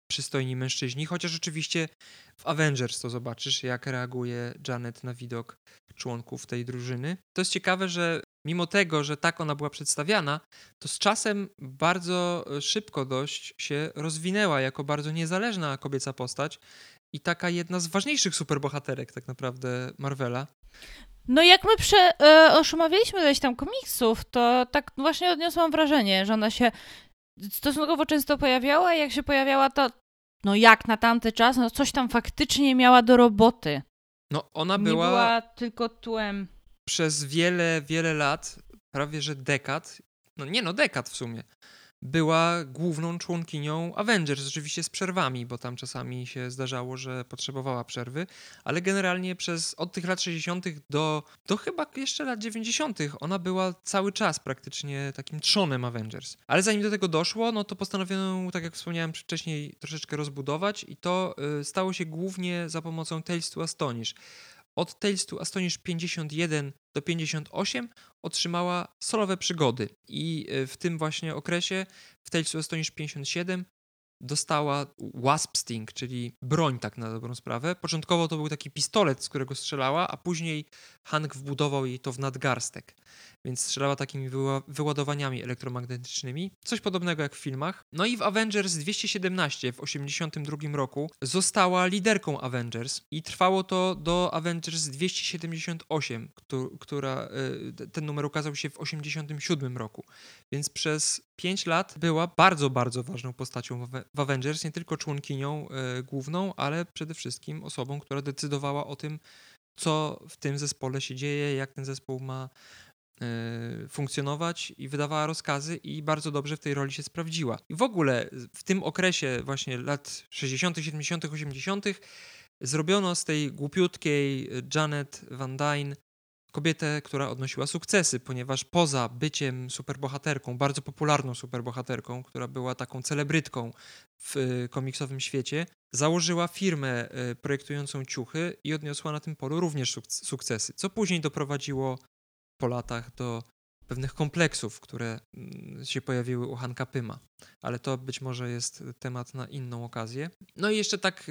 [SPEAKER 1] przystojni mężczyźni, chociaż oczywiście w Avengers to zobaczysz, jak reaguje Janet na widok członków tej drużyny. To jest ciekawe, że mimo tego, że tak ona była przedstawiana, to z czasem bardzo szybko dość się rozwinęła jako bardzo niezależna kobieca postać i taka jedna z ważniejszych superbohaterek tak naprawdę Marvela.
[SPEAKER 2] No jak my omawialiśmy ileś tam komiksów, to tak właśnie odniosłam wrażenie, że ona się stosunkowo często pojawiała i jak się pojawiała, to no jak na tamty czas, no coś tam faktycznie miała do roboty.
[SPEAKER 1] No ona
[SPEAKER 2] Nie była tylko tłem.
[SPEAKER 1] Przez wiele, wiele lat, prawie że dekad, dekad w sumie, była główną członkinią Avengers, oczywiście z przerwami, bo tam czasami się zdarzało, że potrzebowała przerwy, ale generalnie od tych lat 60. do chyba jeszcze lat 90. ona była cały czas praktycznie takim trzonem Avengers. Ale zanim do tego doszło, no to postanowiono ją, tak jak wspomniałem wcześniej, troszeczkę rozbudować i to stało się głównie za pomocą Tales to Astonish. Od Tales to Astonish 51 do 58 otrzymała solowe przygody i w tym właśnie okresie w Tales to Astonish 57 dostała Wasp Sting, czyli broń tak na dobrą sprawę. Początkowo to był taki pistolet, z którego strzelała, a później Hank wbudował jej to w nadgarstek. Więc strzelała takimi wyładowaniami elektromagnetycznymi. Coś podobnego jak w filmach. No i w Avengers 217 w 1982 roku została liderką Avengers i trwało to do Avengers 278, ten numer ukazał się w 1987 roku. Więc przez 5 lat była bardzo, bardzo ważną postacią w Avengers, nie tylko członkinią główną, ale przede wszystkim osobą, która decydowała o tym, co w tym zespole się dzieje, jak ten zespół ma funkcjonować i wydawała rozkazy i bardzo dobrze w tej roli się sprawdziła. I w ogóle w tym okresie właśnie lat 60., 70., 80. zrobiono z tej głupiutkiej Janet Van Dyne kobietę, która odnosiła sukcesy, ponieważ poza byciem superbohaterką, bardzo popularną superbohaterką, która była taką celebrytką w komiksowym świecie, założyła firmę projektującą ciuchy i odniosła na tym polu również sukcesy, co później doprowadziło po latach do pewnych kompleksów, które się pojawiły u Hanka Pyma. Ale to być może jest temat na inną okazję. No i jeszcze tak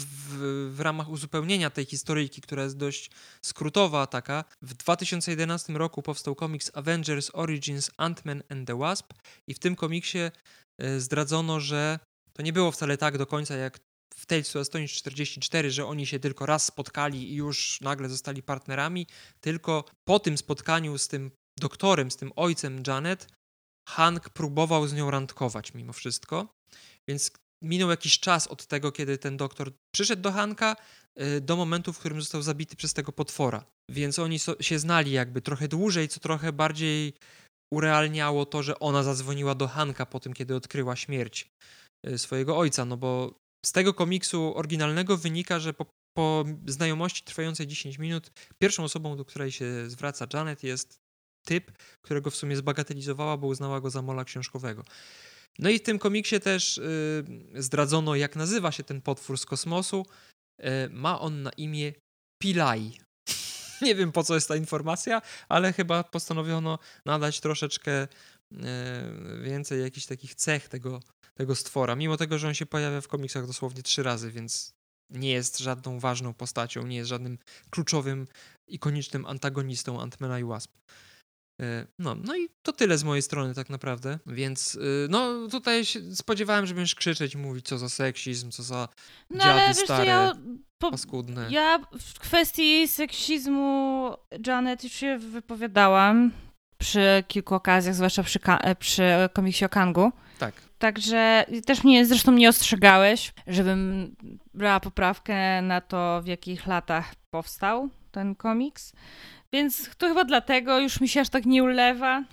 [SPEAKER 1] w ramach uzupełnienia tej historyjki, która jest dość skrótowa taka, w 2011 roku powstał komiks Avengers Origins Ant-Man and the Wasp i w tym komiksie zdradzono, że to nie było wcale tak do końca jak w Tales to Astonish 44, że oni się tylko raz spotkali i już nagle zostali partnerami, tylko po tym spotkaniu z tym doktorem, z tym ojcem Janet, Hank próbował z nią randkować mimo wszystko, więc minął jakiś czas od tego, kiedy ten doktor przyszedł do Hanka, do momentu, w którym został zabity przez tego potwora. Więc oni się znali jakby trochę dłużej, co trochę bardziej urealniało to, że ona zadzwoniła do Hanka po tym, kiedy odkryła śmierć swojego ojca, no bo z tego komiksu oryginalnego wynika, że po znajomości trwającej 10 minut pierwszą osobą, do której się zwraca Janet, jest typ, którego w sumie zbagatelizowała, bo uznała go za mola książkowego. No i w tym komiksie też zdradzono, jak nazywa się ten potwór z kosmosu. Ma on na imię Pillai. Nie wiem, po co jest ta informacja, ale chyba postanowiono nadać troszeczkę więcej jakichś takich cech tego stwora. Mimo tego, że on się pojawia w komiksach dosłownie 3 razy, więc nie jest żadną ważną postacią, nie jest żadnym kluczowym, ikonicznym antagonistą Ant-Mana i Wasp. No i to tyle z mojej strony tak naprawdę, więc no tutaj się spodziewałem, że będziesz krzyczeć i mówić, co za seksizm, co za dziady stare, paskudne.
[SPEAKER 2] Ja w kwestii seksizmu Janet już się wypowiadałam przy kilku okazjach, zwłaszcza przy komiksie o Kangu.
[SPEAKER 1] Tak.
[SPEAKER 2] Także też zresztą mnie ostrzegałeś, żebym brała poprawkę na to, w jakich latach powstał ten komiks. Więc to chyba dlatego już mi się aż tak nie ulewa.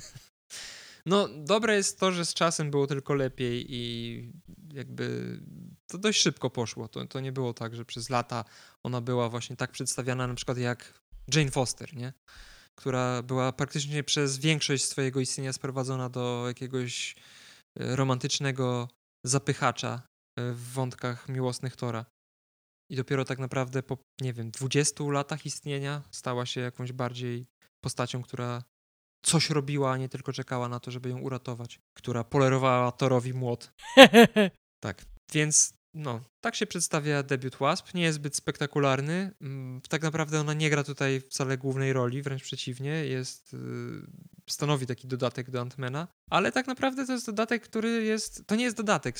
[SPEAKER 1] No, dobre jest to, że z czasem było tylko lepiej i jakby to dość szybko poszło. To nie było tak, że przez lata ona była właśnie tak przedstawiana na przykład jak Jane Foster, nie? Która była praktycznie przez większość swojego istnienia sprowadzona do jakiegoś romantycznego zapychacza w wątkach miłosnych Thora. I dopiero tak naprawdę po, 20 latach istnienia stała się jakąś bardziej postacią, która coś robiła, a nie tylko czekała na to, żeby ją uratować. Która polerowała Thorowi młot. Tak. Więc tak się przedstawia debiut Wasp. Nie jest zbyt spektakularny. Tak naprawdę ona nie gra tutaj wcale głównej roli, wręcz przeciwnie. Stanowi taki dodatek do Ant-Mana. Ale tak naprawdę to jest dodatek, który jest... To nie jest dodatek.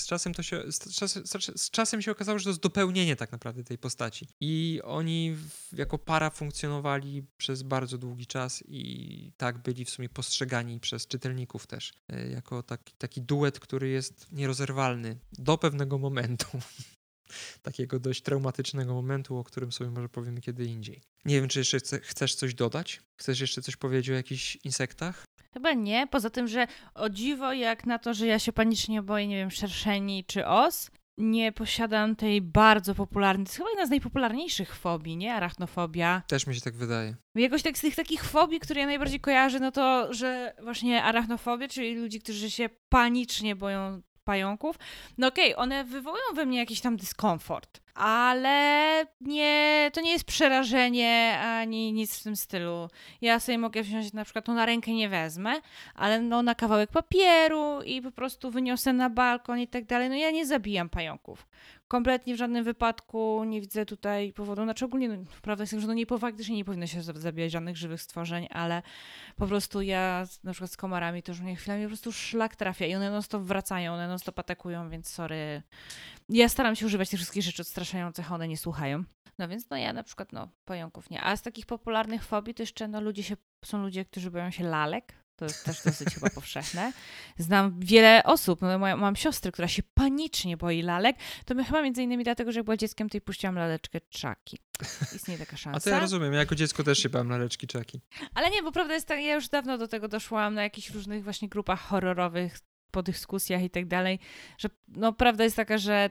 [SPEAKER 1] Z czasem się okazało, że to jest dopełnienie tak naprawdę tej postaci. I oni jako para funkcjonowali przez bardzo długi czas i tak byli w sumie postrzegani przez czytelników też. Jako taki duet, który jest nierozerwalny do pewnego momentu. Takiego dość traumatycznego momentu, o którym sobie może powiemy kiedy indziej. Nie wiem, czy jeszcze chcesz coś dodać? Chcesz jeszcze coś powiedzieć o jakichś insektach?
[SPEAKER 2] Chyba nie, poza tym, że o dziwo jak na to, że ja się panicznie boję, nie wiem, szerszeni czy os, nie posiadam tej bardzo popularnej, to jest chyba jedna z najpopularniejszych fobii, nie? Arachnofobia.
[SPEAKER 1] Też mi się tak wydaje.
[SPEAKER 2] Jakoś tak z tych takich fobii, które ja najbardziej kojarzę, no to, że właśnie arachnofobia, czyli ludzi, którzy się panicznie boją pająków, no okej, one wywołują we mnie jakiś tam dyskomfort, ale to nie jest przerażenie ani nic w tym stylu. Ja sobie mogę wziąć na przykład, na rękę nie wezmę, ale na kawałek papieru i po prostu wyniosę na balkon i tak dalej. Ja nie zabijam pająków. Kompletnie w żadnym wypadku nie widzę tutaj powodu. Znaczy ogólnie, prawda jest, że faktycznie nie powinno się zabijać żadnych żywych stworzeń, ale po prostu ja na przykład z komarami to już mnie chwilami po prostu szlak trafia i one non-stop wracają, one non-stop atakują, więc sorry. Ja staram się używać tych wszystkich rzeczy odstraszających, a one nie słuchają. No więc ja na przykład pająków nie. A z takich popularnych fobii to jeszcze są ludzie, którzy boją się lalek. To jest też dosyć chyba powszechne. Znam wiele osób, mam siostrę, która się panicznie boi lalek. To my chyba między innymi dlatego, że jak była dzieckiem, to jej puściłam laleczkę Chucky. Istnieje taka szansa.
[SPEAKER 1] A to ja rozumiem, ja jako dziecko też się bałem laleczki Chucky.
[SPEAKER 2] Ale nie, bo prawda jest taka, ja już dawno do tego doszłam na jakichś różnych właśnie grupach horrorowych, po dyskusjach i tak dalej, że prawda jest taka, że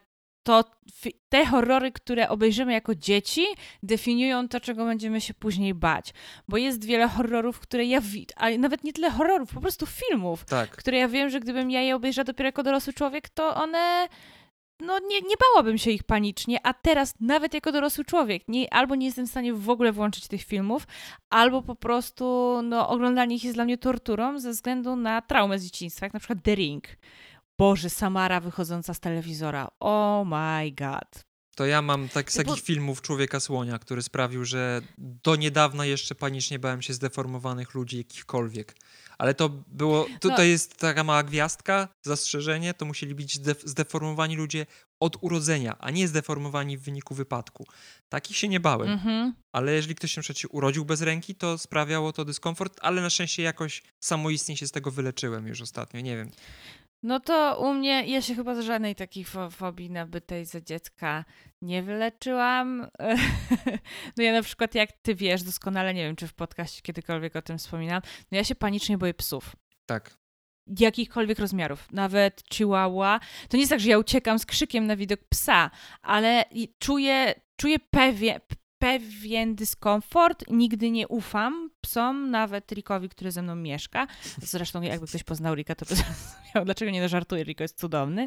[SPEAKER 2] te horrory, które obejrzymy jako dzieci, definiują to, czego będziemy się później bać. Bo jest wiele horrorów, które a nawet nie tyle horrorów, po prostu filmów, które ja wiem, że gdybym ja je obejrzała dopiero jako dorosły człowiek, to one... nie bałabym się ich panicznie, a teraz nawet jako dorosły człowiek albo nie jestem w stanie w ogóle włączyć tych filmów, albo po prostu oglądanie ich jest dla mnie torturą ze względu na traumę z dzieciństwa, jak na przykład The Ring. Boże, Samara wychodząca z telewizora. Oh my god.
[SPEAKER 1] To ja mam z takich filmów Człowieka Słonia, który sprawił, że do niedawna jeszcze panicznie bałem się zdeformowanych ludzi jakichkolwiek. Ale to było, to jest taka mała gwiazdka, zastrzeżenie, to musieli być zdeformowani ludzie od urodzenia, a nie zdeformowani w wyniku wypadku. Takich się nie bałem. Ale jeżeli ktoś na przykład się urodził bez ręki, to sprawiało to dyskomfort, ale na szczęście jakoś samoistnie się z tego wyleczyłem już ostatnio, nie wiem.
[SPEAKER 2] No to u mnie, ja się chyba z żadnej takiej fobii nabytej za dziecka nie wyleczyłam. Ja na przykład, jak ty wiesz doskonale, nie wiem, czy w podcaście kiedykolwiek o tym wspominałam, ja się panicznie boję psów.
[SPEAKER 1] Tak.
[SPEAKER 2] Jakichkolwiek rozmiarów, nawet chihuahua. To nie jest tak, że ja uciekam z krzykiem na widok psa, ale czuję pewien dyskomfort. Nigdy nie ufam psom, nawet Rickowi, który ze mną mieszka. Zresztą jakby ktoś poznał Ricka, to by zrozumiał, dlaczego nie żartuję, Rico jest cudowny.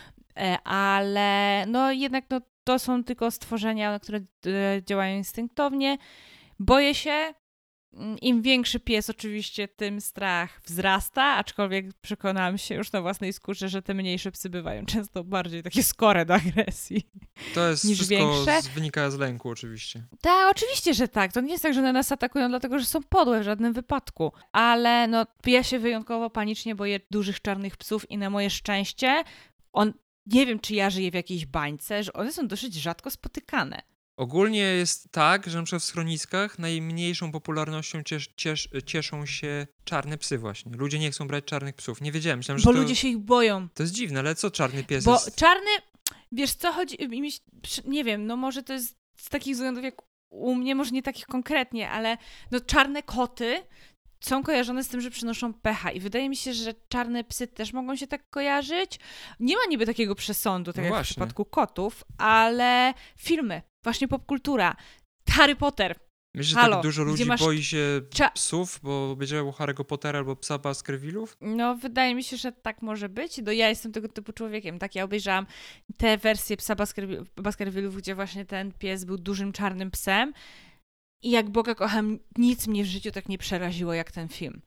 [SPEAKER 2] Ale jednak to są tylko stworzenia, które działają instynktownie. Boję się. Im większy pies oczywiście, tym strach wzrasta, aczkolwiek przekonałam się już na własnej skórze, że te mniejsze psy bywają często bardziej takie skore do agresji
[SPEAKER 1] to jest
[SPEAKER 2] niż większe.
[SPEAKER 1] Wynika z lęku oczywiście.
[SPEAKER 2] Tak, oczywiście, że tak. To nie jest tak, że one nas atakują dlatego, że są podłe w żadnym wypadku. Ale ja się wyjątkowo panicznie boję dużych czarnych psów i na moje szczęście nie wiem, czy ja żyję w jakiejś bańce, że one są dosyć rzadko spotykane.
[SPEAKER 1] Ogólnie jest tak, że na przykład w schroniskach najmniejszą popularnością cieszą się czarne psy właśnie. Ludzie nie chcą brać czarnych psów. Nie wiedziałem. Myślałem, że
[SPEAKER 2] ludzie się ich boją.
[SPEAKER 1] To jest dziwne, ale co czarny pies
[SPEAKER 2] Bo
[SPEAKER 1] jest?
[SPEAKER 2] czarny, wiesz co chodzi, nie wiem, może to jest z takich względów jak u mnie, może nie takich konkretnie, ale czarne koty są kojarzone z tym, że przynoszą pecha i wydaje mi się, że czarne psy też mogą się tak kojarzyć. Nie ma niby takiego przesądu, tak jak w przypadku kotów, ale filmy, właśnie popkultura, Harry Potter.
[SPEAKER 1] Myślisz, że tak dużo ludzi boi się psów, bo obejrzało Harry'ego Pottera albo psa Baskervillów?
[SPEAKER 2] Wydaje mi się, że tak może być. Ja jestem tego typu człowiekiem. Tak, ja obejrzałam te wersje psa Baskervillów, gdzie właśnie ten pies był dużym czarnym psem. I jak Boga kocham, nic mnie w życiu tak nie przeraziło jak ten film.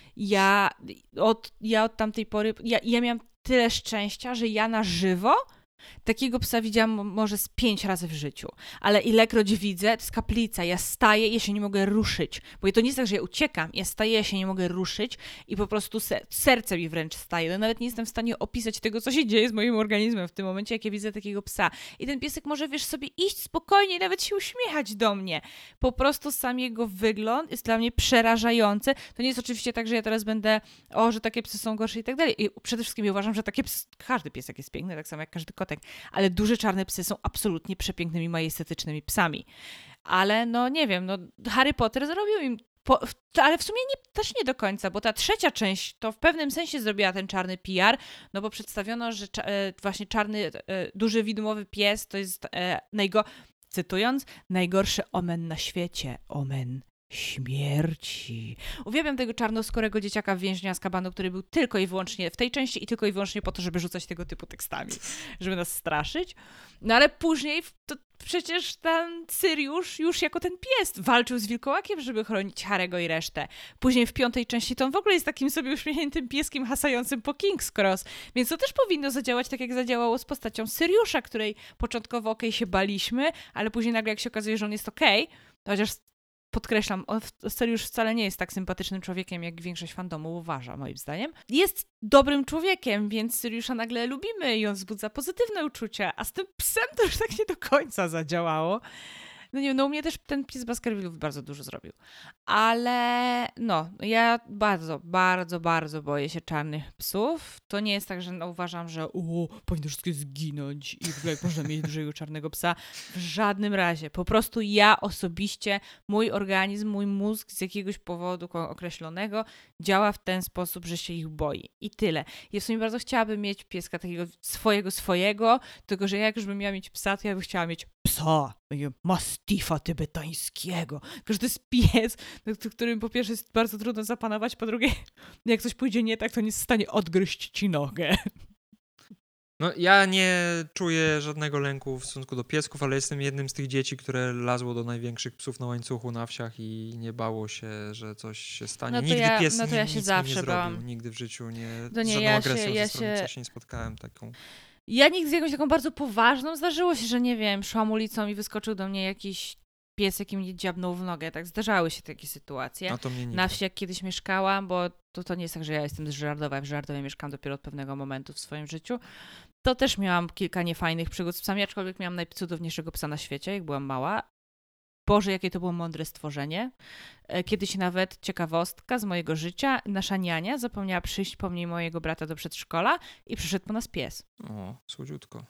[SPEAKER 2] Ja od tamtej pory, ja miałam tyle szczęścia, że ja na żywo Takiego psa widziałam może z 5 razy w życiu. Ale ilekroć widzę, to jest kaplica. Ja staję, ja się nie mogę ruszyć. Bo to nie jest tak, że ja uciekam. Ja staję, ja się nie mogę ruszyć i po prostu serce mi wręcz staje. No nawet nie jestem w stanie opisać tego, co się dzieje z moim organizmem w tym momencie, jak ja widzę takiego psa. I ten piesek może, wiesz, sobie iść spokojnie i nawet się uśmiechać do mnie. Po prostu sam jego wygląd jest dla mnie przerażający. To nie jest oczywiście tak, że ja teraz będę, że takie psy są gorsze i tak dalej. I przede wszystkim ja uważam, że takie psy, każdy piesek jest piękny, tak samo jak każdy kotek, ale duże czarne psy są absolutnie przepięknymi, majestetycznymi psami. Ale no nie wiem, no Harry Potter zrobił im ale w sumie też nie do końca, bo ta trzecia część to w pewnym sensie zrobiła ten czarny PR, no bo przedstawiono, że właśnie czarny, duży widmowy pies to jest cytując, najgorszy omen na świecie. Omen śmierci. Uwielbiam tego czarnoskórego dzieciaka w Więźniu Azkabanu, który był tylko i wyłącznie w tej części i tylko i wyłącznie po to, żeby rzucać tego typu tekstami, żeby nas straszyć. No ale później to przecież ten Syriusz już jako ten pies walczył z wilkołakiem, żeby chronić Harego i resztę. Później w 5. części to on w ogóle jest takim sobie uśmiechniętym pieskiem hasającym po King's Cross, więc to też powinno zadziałać tak, jak zadziałało z postacią Syriusza, której początkowo się baliśmy, ale później nagle jak się okazuje, że on jest chociaż podkreślam, Syriusz wcale nie jest tak sympatycznym człowiekiem, jak większość fandomu uważa, moim zdaniem. Jest dobrym człowiekiem, więc Syriusza nagle lubimy i on wzbudza pozytywne uczucia, a z tym psem to już tak nie do końca zadziałało. No nie wiem, no u mnie też ten pies Baskervillów bardzo dużo zrobił. Ale no, ja bardzo, bardzo, bardzo boję się czarnych psów. To nie jest tak, że uważam, że powinno wszystkie zginąć i w ogóle jak można mieć dużego czarnego psa. W żadnym razie. Po prostu ja osobiście, mój organizm, mój mózg z jakiegoś powodu określonego działa w ten sposób, że się ich boi. I tyle. Ja w sumie bardzo chciałabym mieć pieska takiego swojego, tylko że jak już bym miała mieć psa, to ja bym chciała mieć psa, takiego mastifa tybetańskiego. Tylko że to jest pies, nad którym po pierwsze jest bardzo trudno zapanować, po drugie, jak coś pójdzie nie tak, to nie jest w stanie odgryźć ci nogę.
[SPEAKER 1] No ja nie czuję żadnego lęku w stosunku do piesków, ale jestem jednym z tych dzieci, które lazło do największych psów na łańcuchu na wsiach i nie bało się, że coś się stanie.
[SPEAKER 2] No to
[SPEAKER 1] Nigdy pies
[SPEAKER 2] no to ja
[SPEAKER 1] nic
[SPEAKER 2] się
[SPEAKER 1] mi
[SPEAKER 2] zawsze
[SPEAKER 1] nie
[SPEAKER 2] bałam.
[SPEAKER 1] zrobił. Nigdy w życiu z
[SPEAKER 2] To nie,
[SPEAKER 1] żadną agresją ze strony psa się nie spotkałem taką.
[SPEAKER 2] Ja nigdy z jakąś taką bardzo poważną zdarzyło się, że nie wiem, szłam ulicą i wyskoczył do mnie jakiś pies, jaki mnie dziabnął w nogę. Tak, zdarzały się takie sytuacje.
[SPEAKER 1] A to mnie nigdy.
[SPEAKER 2] Na wsi, jak kiedyś mieszkałam, bo to nie jest tak, że ja jestem z Żyrardowa. W Żyrardowie mieszkam dopiero od pewnego momentu w swoim życiu. To też miałam kilka niefajnych przygód z psami, aczkolwiek miałam najcudowniejszego psa na świecie, jak byłam mała. Boże, jakie to było mądre stworzenie. Kiedyś nawet ciekawostka z mojego życia. Nasza niania zapomniała przyjść po mnie i mojego brata do przedszkola i przyszedł po nas pies.
[SPEAKER 1] O, słodziutko.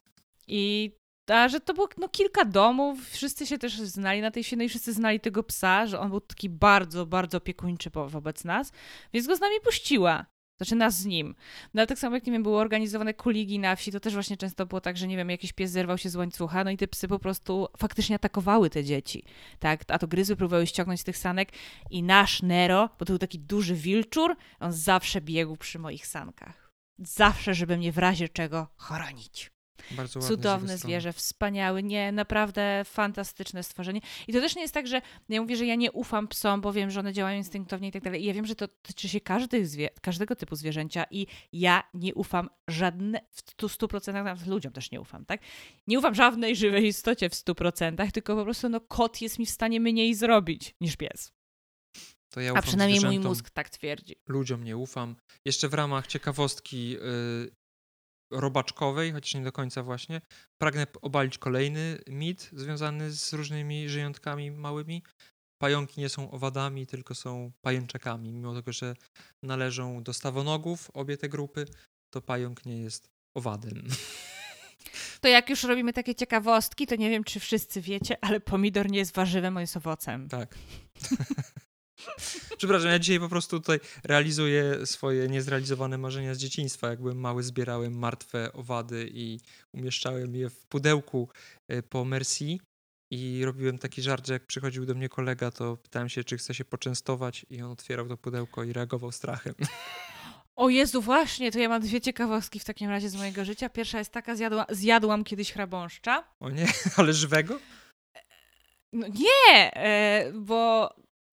[SPEAKER 2] A że to było kilka domów, wszyscy się też znali na tej wsi, no i wszyscy znali tego psa, że on był taki bardzo, bardzo opiekuńczy wobec nas, więc go z nami puściła. Znaczy nas z nim. No ale tak samo jak, nie wiem, były organizowane kuligi na wsi, to też właśnie często było tak, że nie wiem, jakiś pies zerwał się z łańcucha, no i te psy po prostu faktycznie atakowały te dzieci. Tak, a to gryzły próbowały ściągnąć z tych sanek i nasz Nero, bo to był taki duży wilczur, on zawsze biegł przy moich sankach. Zawsze, żeby mnie w razie czego chronić.
[SPEAKER 1] Bardzo
[SPEAKER 2] Cudowne zwierzę, wspaniały, nie, naprawdę fantastyczne stworzenie. I to też nie jest tak, że ja mówię, że ja nie ufam psom, bo wiem, że one działają instynktownie i tak dalej. I ja wiem, że to tyczy się każdego typu zwierzęcia i ja nie ufam w 100%, nawet ludziom też nie ufam, tak? Nie ufam żadnej żywej istocie w 100%, tylko po prostu kot jest mi w stanie mniej zrobić niż pies.
[SPEAKER 1] To ja ufam
[SPEAKER 2] a przynajmniej mój
[SPEAKER 1] zwierzętom,
[SPEAKER 2] mózg tak twierdzi.
[SPEAKER 1] Ludziom nie ufam. Jeszcze w ramach ciekawostki robaczkowej, chociaż nie do końca właśnie, pragnę obalić kolejny mit związany z różnymi żyjątkami małymi. Pająki nie są owadami, tylko są pajęczakami. Mimo tego, że należą do stawonogów obie te grupy, to pająk nie jest owadem.
[SPEAKER 2] To jak już robimy takie ciekawostki, to nie wiem, czy wszyscy wiecie, ale pomidor nie jest warzywem, on jest owocem.
[SPEAKER 1] Tak. Przepraszam, ja dzisiaj po prostu tutaj realizuję swoje niezrealizowane marzenia z dzieciństwa. Jak byłem mały, zbierałem martwe owady i umieszczałem je w pudełku po Merci i robiłem taki żart, że jak przychodził do mnie kolega, to pytałem się, czy chce się poczęstować i on otwierał to pudełko i reagował strachem.
[SPEAKER 2] O Jezu, właśnie, to ja mam 2 ciekawostki w takim razie z mojego życia. Pierwsza jest taka, zjadłam kiedyś chrabąszcza.
[SPEAKER 1] O nie, ale żywego?
[SPEAKER 2] No nie, bo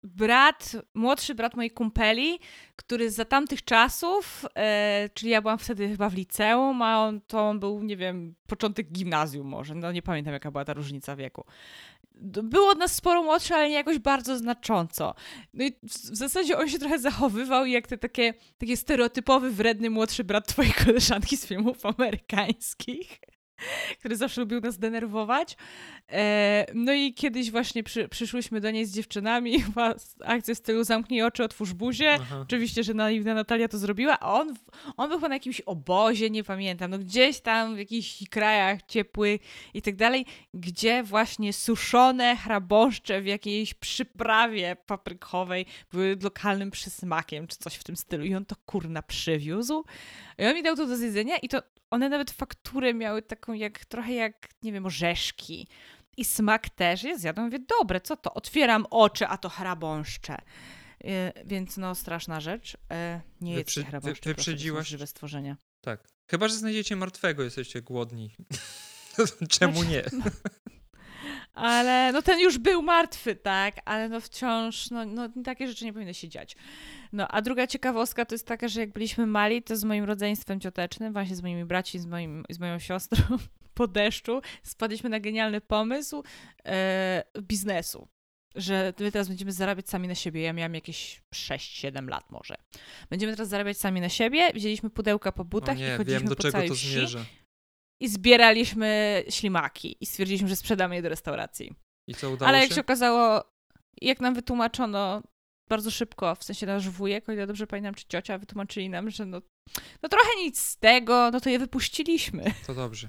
[SPEAKER 2] młodszy brat mojej kumpeli, który za tamtych czasów, czyli ja byłam wtedy chyba w liceum, a on był, nie wiem, początek gimnazjum może, no nie pamiętam jaka była ta różnica wieku. Był od nas sporo młodszy, ale nie jakoś bardzo znacząco. No i w zasadzie on się trochę zachowywał jak takie stereotypowy, wredny młodszy brat twojej koleżanki z filmów amerykańskich, który zawsze lubił nas denerwować. No i kiedyś właśnie przyszłyśmy do niej z dziewczynami, była akcja w stylu zamknij oczy, otwórz buzię.
[SPEAKER 1] Aha.
[SPEAKER 2] Oczywiście, że naiwna Natalia to zrobiła, a on był chyba na jakimś obozie, nie pamiętam, no gdzieś tam w jakichś krajach ciepłych i tak dalej, gdzie właśnie suszone chrabąszcze w jakiejś przyprawie paprykowej były lokalnym przysmakiem, czy coś w tym stylu. I on to kurna przywiózł. I on mi dał to do zjedzenia i to one nawet fakturę miały taką trochę jak, nie wiem, orzeszki. I smak też. Ja zjadłam, mówię, dobre, co to? Otwieram oczy, a to chrabąszcze. Więc no, straszna rzecz. Nie jedzcie chrabąszcze,
[SPEAKER 1] wyprzedziłaś
[SPEAKER 2] żywe stworzenia.
[SPEAKER 1] Tak. Chyba, że znajdziecie martwego, jesteście głodni. Czemu nie?
[SPEAKER 2] Ale no ten już był martwy, tak? Ale no wciąż, no takie rzeczy nie powinny się dziać. No a druga ciekawostka to jest taka, że jak byliśmy mali, to z moim rodzeństwem ciotecznym, właśnie z moimi braćmi, z moją siostrą po deszczu, spadliśmy na genialny pomysł biznesu. Że my teraz będziemy zarabiać sami na siebie. Ja miałam jakieś 6-7 lat może. Będziemy teraz zarabiać sami na siebie. Wzięliśmy pudełka po butach i chodziliśmy
[SPEAKER 1] wiem, do
[SPEAKER 2] po
[SPEAKER 1] czego
[SPEAKER 2] całej
[SPEAKER 1] to
[SPEAKER 2] wsi.
[SPEAKER 1] zmierza.
[SPEAKER 2] I zbieraliśmy ślimaki. I stwierdziliśmy, że sprzedamy je do restauracji.
[SPEAKER 1] I co, udało
[SPEAKER 2] Ale
[SPEAKER 1] się?
[SPEAKER 2] jak się okazało, jak nam wytłumaczono bardzo szybko, w sensie nasz wujek, o ile dobrze pamiętam, czy ciocia, wytłumaczyli nam, że no trochę nic z tego, no to je wypuściliśmy.
[SPEAKER 1] To dobrze.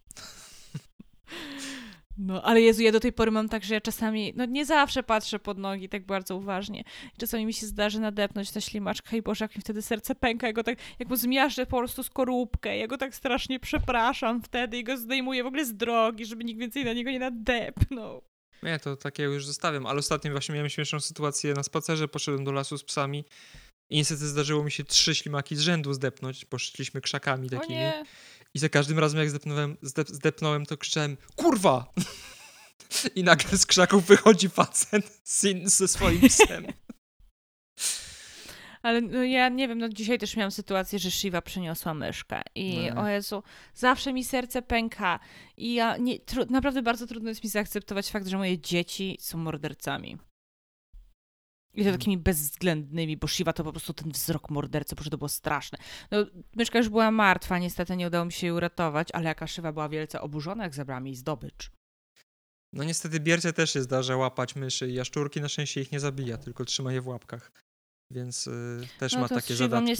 [SPEAKER 2] No, ale Jezu, ja do tej pory mam tak, że ja czasami, no nie zawsze patrzę pod nogi tak bardzo uważnie. Czasami mi się zdarzy nadepnąć na ślimaczka i Boże, jak mi wtedy serce pęka, jak mu zmiażdżę po prostu skorupkę, ja go tak strasznie przepraszam wtedy i go zdejmuję w ogóle z drogi, żeby nikt więcej na niego nie nadepnął.
[SPEAKER 1] Nie, to takiego już zostawiam, ale ostatnio właśnie miałem śmieszną sytuację na spacerze, poszedłem do lasu z psami i niestety zdarzyło mi się 3 ślimaki z rzędu zdepnąć, poszliśmy krzakami takimi.
[SPEAKER 2] O nie.
[SPEAKER 1] I za każdym razem jak zdepnąłem, to krzyczałem kurwa! I nagle z krzaków wychodzi facet ze swoim psem.
[SPEAKER 2] Ale no ja nie wiem, no dzisiaj też miałam sytuację, że Shiva przyniosła myszkę i o Jezu, zawsze mi serce pęka i ja naprawdę bardzo trudno jest mi zaakceptować fakt, że moje dzieci są mordercami. I to takimi bezwzględnymi, bo Shiva to po prostu ten wzrok mordercy, bo to było straszne. No, myszka już była martwa, niestety nie udało mi się jej uratować, ale jaka Shiva była wielce oburzona, jak zabrałam jej zdobycz.
[SPEAKER 1] No niestety Bierce też się zdarza łapać myszy i jaszczurki, na szczęście ich nie zabija, tylko trzyma je w łapkach. Więc też ma takie zadatki.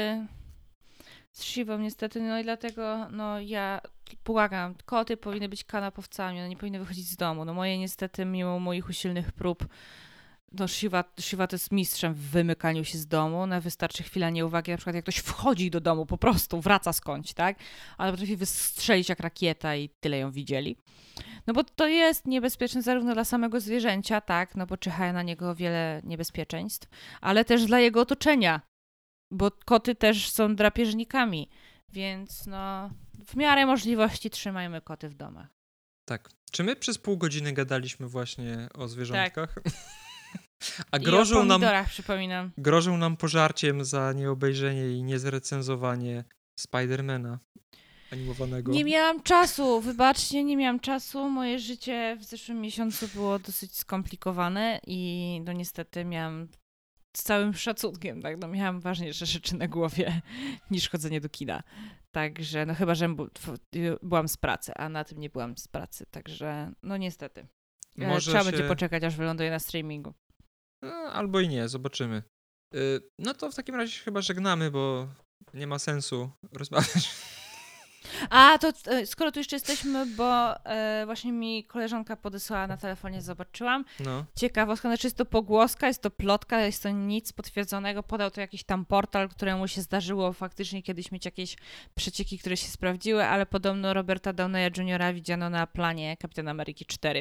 [SPEAKER 2] Z Shivą niestety, no i dlatego no ja błagam, koty powinny być kanapowcami, one nie powinny wychodzić z domu. No moje niestety, mimo moich usilnych prób, no Shiva to jest mistrzem w wymykaniu się z domu, na wystarczy chwila nieuwagi, na przykład jak ktoś wchodzi do domu, po prostu wraca skądś, tak? Ale potrafi wystrzelić jak rakieta i tyle ją widzieli. No bo to jest niebezpieczne zarówno dla samego zwierzęcia, tak, no bo czyha na niego wiele niebezpieczeństw, ale też dla jego otoczenia, bo koty też są drapieżnikami, więc no w miarę możliwości trzymajmy koty w domach.
[SPEAKER 1] Tak. Czy my przez pół godziny gadaliśmy właśnie o zwierzątkach?
[SPEAKER 2] Tak.
[SPEAKER 1] A
[SPEAKER 2] I o pomidorach, przypominam.
[SPEAKER 1] Grożą nam pożarciem za nieobejrzenie i niezrecenzowanie Spidermana animowanego.
[SPEAKER 2] Nie miałam czasu, wybaczcie, nie miałam czasu. Moje życie w zeszłym miesiącu było dosyć skomplikowane i no niestety miałam z całym szacunkiem, tak, no miałam ważniejsze rzeczy na głowie niż chodzenie do kina. Także, no chyba, że byłam z pracy, a na tym nie byłam z pracy, także no niestety. Trzeba będzie poczekać, aż wyląduje na streamingu.
[SPEAKER 1] Albo i nie, zobaczymy. No to w takim razie się chyba żegnamy, bo nie ma sensu rozmawiać.
[SPEAKER 2] A, to skoro tu jeszcze jesteśmy, bo właśnie mi koleżanka podesłała na telefonie, zobaczyłam.
[SPEAKER 1] No.
[SPEAKER 2] Ciekawostka, znaczy jest to pogłoska, jest to plotka, jest to nic potwierdzonego. Podał to jakiś tam portal, któremu się zdarzyło faktycznie kiedyś mieć jakieś przecieki, które się sprawdziły, ale podobno Roberta Downeya Jr. widziano na planie Kapitana Ameryki 4.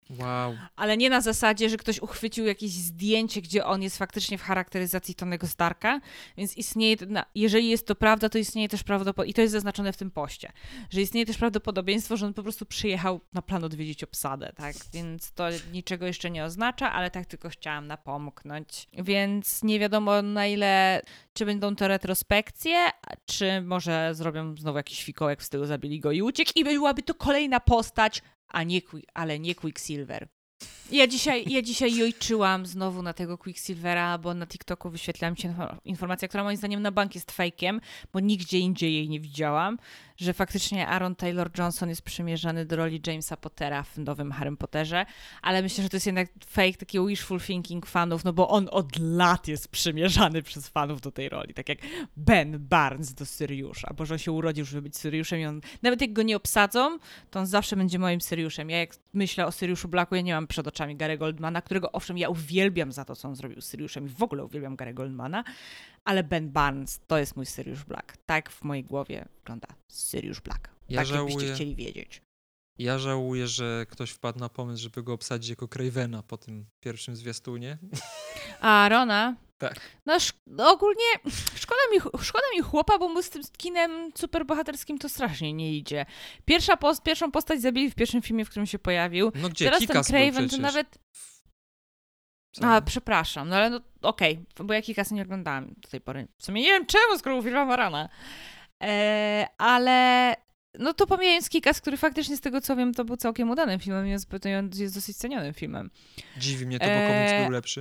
[SPEAKER 1] Wow.
[SPEAKER 2] Ale nie na zasadzie, że ktoś uchwycił jakieś zdjęcie, gdzie on jest faktycznie w charakteryzacji Tonego Starka, więc istnieje, jeżeli jest to prawda, to istnieje też prawdopodobieństwo, i to jest zaznaczone w tym poście, że istnieje też prawdopodobieństwo, że on po prostu przyjechał na plan odwiedzić obsadę, tak? Więc to niczego jeszcze nie oznacza, ale tak tylko chciałam napomknąć. Więc nie wiadomo na ile, czy będą to retrospekcje, czy może zrobią znowu jakiś fikołek w stylu zabili go i uciekł i byłaby to kolejna postać, ale nie Quicksilver. Ja dzisiaj jojczyłam znowu na tego Quicksilvera, bo na TikToku wyświetliła mi się informacja, która moim zdaniem na bank jest fejkiem, bo nigdzie indziej jej nie widziałam, że faktycznie Aaron Taylor-Johnson jest przymierzany do roli Jamesa Pottera w nowym Harrym Potterze, ale myślę, że to jest jednak fake, taki wishful thinking fanów, no bo on od lat jest przymierzany przez fanów do tej roli, tak jak Ben Barnes do Syriusza, bo że on się urodził, żeby być Syriuszem i on, nawet jak go nie obsadzą, to on zawsze będzie moim Syriuszem. Ja jak myślę o Syriuszu Blacku, ja nie mam przed oczami Gary'ego Oldmana, którego owszem ja uwielbiam za to, co on zrobił z Syriuszem i w ogóle uwielbiam Gary'ego Oldmana, ale Ben Barnes to jest mój Sirius Black. Tak w mojej głowie wygląda Sirius Black.
[SPEAKER 1] Ja
[SPEAKER 2] tak
[SPEAKER 1] żałuję,
[SPEAKER 2] jakbyście chcieli wiedzieć.
[SPEAKER 1] Ja żałuję, że ktoś wpadł na pomysł, żeby go obsadzić jako Cravena po tym pierwszym zwiastunie.
[SPEAKER 2] A Rona?
[SPEAKER 1] Tak.
[SPEAKER 2] No ogólnie szkoda mi chłopa, bo mu z tym kinem superbohaterskim to strasznie nie idzie. Pierwszą postać zabili w pierwszym filmie, w którym się pojawił.
[SPEAKER 1] No gdzie?
[SPEAKER 2] Teraz
[SPEAKER 1] Kick-Ass
[SPEAKER 2] ten Craven
[SPEAKER 1] był
[SPEAKER 2] to nawet... przepraszam, no ale no okej, bo ja Kick-Ass'a nie oglądałam do tej pory. W sumie nie wiem czemu, skoro uwielbiam Arana. Ale no to pomijając Kick-Ass, który faktycznie z tego co wiem, to był całkiem udanym filmem i jest dosyć cenionym filmem.
[SPEAKER 1] Dziwi mnie to, bo komiks był lepszy.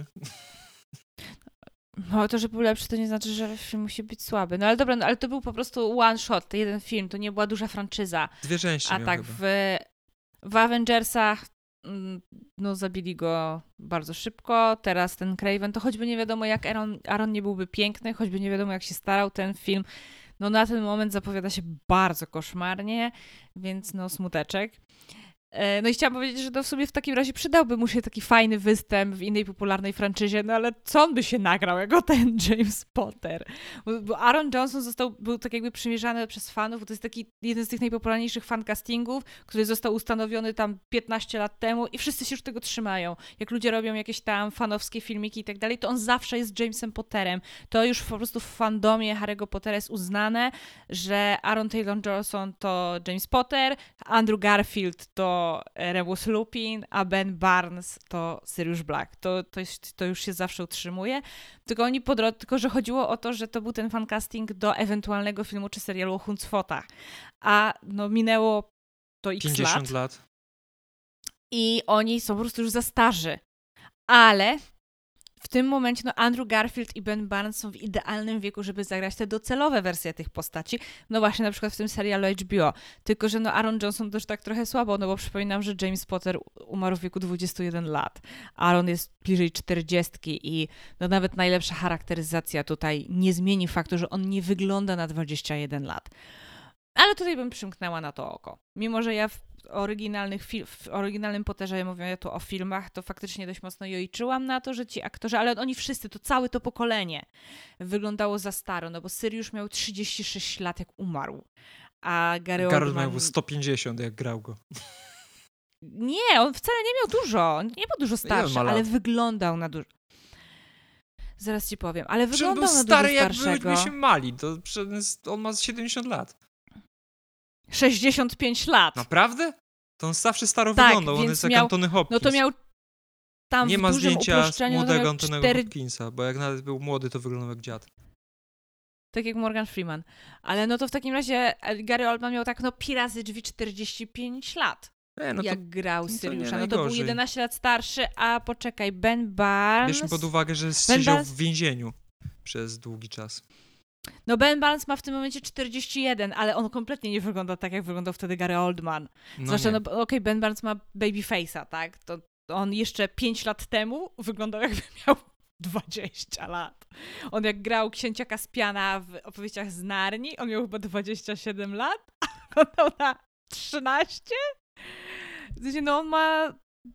[SPEAKER 2] No to, że był lepszy, to nie znaczy, że film musi być słaby. No ale dobra, no, ale to był po prostu one shot, to jeden film, to nie była duża franczyza.
[SPEAKER 1] 2 części
[SPEAKER 2] A tak, w Avengersach no zabili go bardzo szybko, teraz ten Craven, to choćby nie wiadomo jak Aaron nie byłby piękny, choćby nie wiadomo jak się starał ten film, no na ten moment zapowiada się bardzo koszmarnie, więc no smuteczek. No i chciałam powiedzieć, że to w sobie w takim razie przydałby mu się taki fajny występ w innej popularnej franczyzie, no ale co on by się nagrał jako ten James Potter? Bo Aaron Johnson był tak jakby przymierzany przez fanów, bo to jest taki jeden z tych najpopularniejszych fancastingów, który został ustanowiony tam 15 lat temu i wszyscy się już tego trzymają. Jak ludzie robią jakieś tam fanowskie filmiki i tak dalej, to on zawsze jest Jamesem Potterem. To już po prostu w fandomie Harry'ego Pottera jest uznane, że Aaron Taylor-Johnson to James Potter, Andrew Garfield to Remus Lupin, a Ben Barnes to Sirius Black. To już się zawsze utrzymuje. Tylko że chodziło o to, że to był ten fancasting do ewentualnego filmu czy serialu o Huncfotach. A no minęło to x
[SPEAKER 1] 50 lat.
[SPEAKER 2] I oni są po prostu już za starzy. Ale w tym momencie no Andrew Garfield i Ben Barnes są w idealnym wieku, żeby zagrać te docelowe wersje tych postaci. No właśnie na przykład w tym serialu HBO. Tylko, że no Aaron Johnson też tak trochę słabo, no bo przypominam, że James Potter umarł w wieku 21 lat. Aaron jest bliżej 40 i no nawet najlepsza charakteryzacja tutaj nie zmieni faktu, że on nie wygląda na 21 lat. Ale tutaj bym przymknęła na to oko. Mimo, że ja w oryginalnym Potterze, ja mówię tu o filmach, to faktycznie dość mocno jojczyłam na to, że ci aktorzy, ale oni wszyscy, to całe to pokolenie wyglądało za staro, no bo Sirius miał 36 lat, jak umarł, a Gary Oldman
[SPEAKER 1] miał 150, jak grał go.
[SPEAKER 2] Nie, on wcale nie miał dużo, nie był dużo starszy, ale wyglądał na dużo. Zaraz ci powiem, ale wyglądał na dużo starszego.
[SPEAKER 1] Był stary, jak byliśmy mali, to on ma 70 lat.
[SPEAKER 2] 65 lat.
[SPEAKER 1] Naprawdę? To on zawsze staro
[SPEAKER 2] tak,
[SPEAKER 1] wyglądał, on jest jak Anthony Hopkins.
[SPEAKER 2] No to miał tam
[SPEAKER 1] nie
[SPEAKER 2] w
[SPEAKER 1] ma
[SPEAKER 2] dużym
[SPEAKER 1] zdjęcia z młodego Antonego
[SPEAKER 2] 4...
[SPEAKER 1] Hopkinsa, bo jak nawet był młody, to wyglądał jak dziad.
[SPEAKER 2] Tak jak Morgan Freeman. Ale no to w takim razie Gary Oldman miał tak, no pi razy drzwi 45 lat. Jak grał Siriusza. No to był 11 lat starszy, a poczekaj, Ben Barnes...
[SPEAKER 1] Bierzmy pod uwagę, że siedział w więzieniu przez długi czas.
[SPEAKER 2] No Ben Barnes ma w tym momencie 41, ale on kompletnie nie wygląda tak, jak wyglądał wtedy Gary Oldman. Zwłaszcza, no okej, Ben Barnes ma babyface'a, tak? To on jeszcze 5 lat temu wyglądał, jakby miał 20 lat. On jak grał księcia Kaspiana w opowieściach z Narni, on miał chyba 27 lat, a wyglądał na 13? No on ma